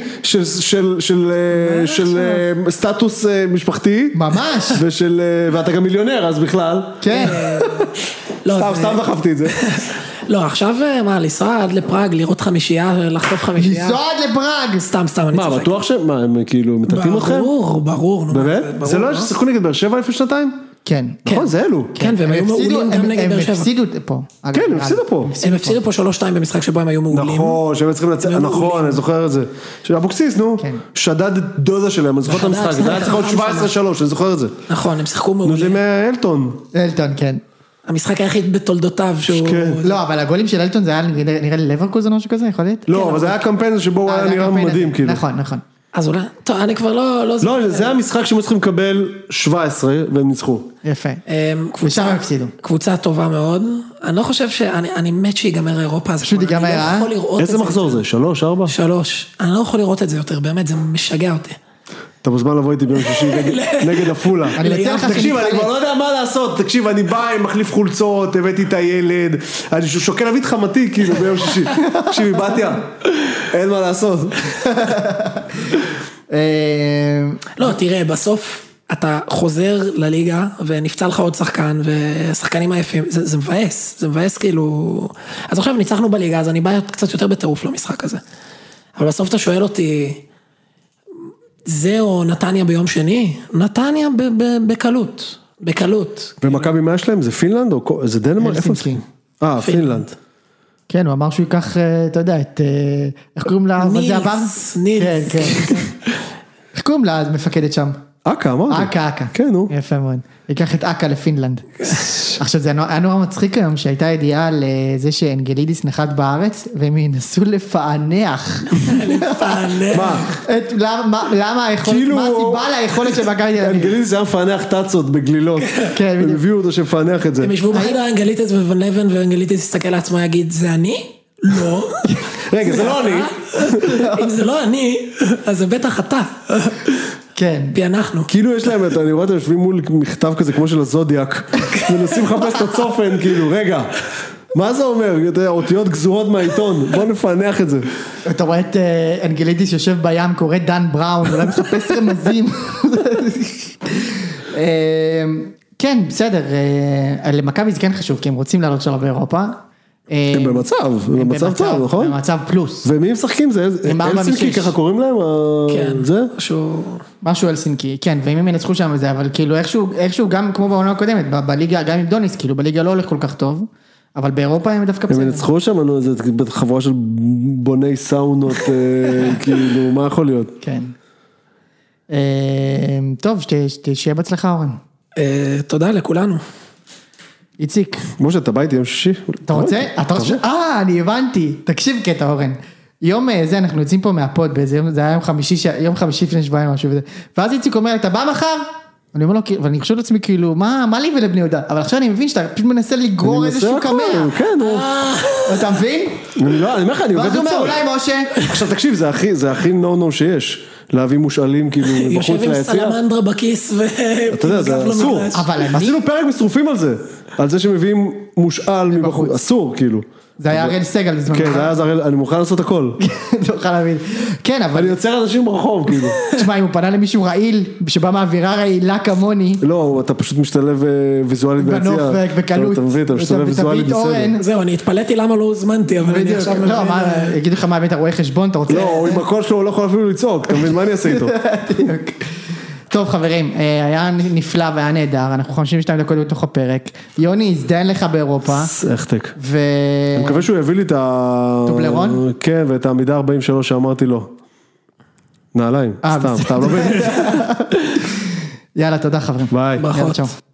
של סטטוס משפחתי. ממש. ואתה גם מיליונר, אז בכלל. כן. סתם דחפתי את זה. לא, עכשיו מה, לנסוע עד לפראג, לראות חמישייה, לחטוף חמישייה. לנסוע עד לפראג. סתם, אני צוחק. מה, בטוח שמה, הם כאילו מטטים אתכם? ברור. באמת? זה לא ששיחקו נגד באר שבע לפני 2? כן. נכון, זה אלו. כן, והם היו מעולים גם נגד באר שבע. הם הפסידו פה. כן, הם הפסידו פה. הם הפסידו פה 3-2 במשחק שבו הם היו מעולים. נכון, שהם צריכים לצאת, נכון, אני זוכר את זה. אבוקסיס, נו, שדד דודה שלהם, אני זוכר את המשחק, זה היה צריך להיות 17-3, אני זוכר את זה. נכון, הם שיחקו מעולים. זה מאלטון. אלטון, כן. המשחק היחיד בתולדותיו שהוא... לא, אבל הגולים של אלטון זה היה נראה לי לברקוזן או משהו כזה, יכול להיות? לא, אבל זה היה קמפיין שבו הוא היה נראה מדהים, כאילו. נכון. אז אולי, טוב, אני כבר לא... לא, זה המשחק שהם צריכים לקבל 17 והם ניצחו. יפה. ושם הם הפסידו. קבוצה טובה מאוד. אני לא חושב אני מת שיגמר אירופה. פשוט ייגמר, איזה מחזור זה? 3, 4? 3. אני לא יכול לראות את זה יותר, באמת, זה משגע אותי. אתה מוזמן לבוא איתי ביום שישי נגד הפולה. תקשיב, אני כבר לא יודע מה לעשות, תקשיב, אני בא עם מחליף חולצות, הבאתי את הילד, אני שוקל להביא את חמתי כאילו ביום שישי. תקשיבי, בתיה, אין מה לעשות. לא, תראה, בסוף אתה חוזר לליגה ונפצע לך עוד שחקן ושחקנים עייפים, זה מבאס כאילו, אז עכשיו ניצחנו בליגה, אז אני בא קצת יותר בטירוף למשחק הזה, אבל בסוף אתה שואל אותי, זה או נתניה ביום שני? נתניה בקלות. ומכבי מה יש להם? זה פינלנד או זה דנמרק? הלסינקי. פינלנד. כן, הוא אמר שהוא ייקח, אתה יודע, איך קוראים לה? נילס. איך קוראים לה מפקדת שם? אקה, אמרתי. אקה. כן, נו. יפה מאוד. ייקח את אקה לפינלנד. עכשיו, זה היה נורא מצחיק היום, שהייתה ידיעה על זה שאנגלידיס נחת בארץ, והם ינסו לפענח. למה היכולת, מה הסיבה ליכולת של מכבי תל אביב? אנגלידיס היה מפענח טאצות בגלילות. הם הביאו אותו שמפענח את זה. הם ישבו בחדר האנגלידיס ובן לבן, ואנגלידיס יסתכל לעצמו ויגיד, זה אני? לא. רגע, זה לא אני. אם זה לא אני, אז זה בטח אתה. כן. פענחנו. כאילו יש להם, אני רואה אתם יושבים מול מכתב כזה כמו של הזודיאק, ונסים לחפש את הצופן, כאילו, רגע, מה זה אומר? אותיות גזורות מהעיתון, בוא נפענח את זה. אתה רואה את אנגלידיס יושב בים, קורא דן בראון, אולי מחפש רמזים. כן, בסדר, למכבי זה כן חשוב, כי הם רוצים לעלות שלו באירופה. הם במצב טוב, נכון? במצב פלוס. ומי משחקים זה? אלסינקי, ככה קוראים להם? כן. זה? משהו אלסינקי, כן, ואם הם ינצחו שם וזה, אבל כאילו איכשהו גם כמו בעונה הקודמת, בליגה, גם עם דוניס, כאילו בליגה לא הולך כל כך טוב, אבל באירופה הם דווקא בסדר. הם ינצחו שם, זה חבורה של בוני סאונות, כאילו, מה יכול להיות? כן. טוב, שיהיה בהצלחה אורן. תודה לכולנו. איציק. משה, אתה בא איתי יום שישי? אתה רוצה? אני הבנתי. תקשיב קטע אורן. יום זה, אנחנו יוצאים פה מהפוד, זה היה יום חמישי לפני שבועיים משהו וזה. ואז איציק אומר, אתה בא מחר? אני אומר לו, ואני חושב לעצמי כאילו, מה לי ולבני יהודה? אבל עכשיו אני מבין שאתה פשוט מנסה לגרור איזשהו קמע. כן, אתה מבין? אני אומר לך, אני עובד ואז הוא אומר, אולי משה. עכשיו תקשיב, זה הכי נו שיש. להביא מושאלים כאילו בחוץ ליציאה. יושב עם סלמנדרה בכיס אתה יודע, זה אסור. עשינו פרק משרופים על זה. על זה שמביאים מושאל מבחוץ. אסור כאילו. זה היה הראל סגל בזמן. כן, זה היה הראל, אני מוכן לעשות הכל. אתה מוכן להבין. כן, אבל... אני יוצר אנשים ברחוב כאילו. תשמע, אם הוא פנה למישהו רעיל, שבא מעבירה רעילה כמוני. לא, אתה פשוט משתלב ויזואלית ביציאה. בנוף בקלות. אתה מבין, אתה משתלב ויזואלית בסדר. זהו, אני התפלאתי למה לא הוזמנתי, אבל אני עכשיו מבין. לא, יגידו לך מה, אתה רואה חשבון, אתה רוצה... לא, עם הקול שלו הוא לא יכול אפילו לצעוק, אתה מבין, מה אני אעשה איתו? טוב חברים, היה נפלא והיה נהדר, אנחנו 52 דקות בתוך הפרק, יוני הזדהן לך באירופה. החתק. אני מקווה שהוא יביא לי את טובלרון? כן, ואת העמידה 43 שאמרתי לו. נעליים, סתם, לא באמת. יאללה, תודה חברים. ביי. יאללה, צ'או.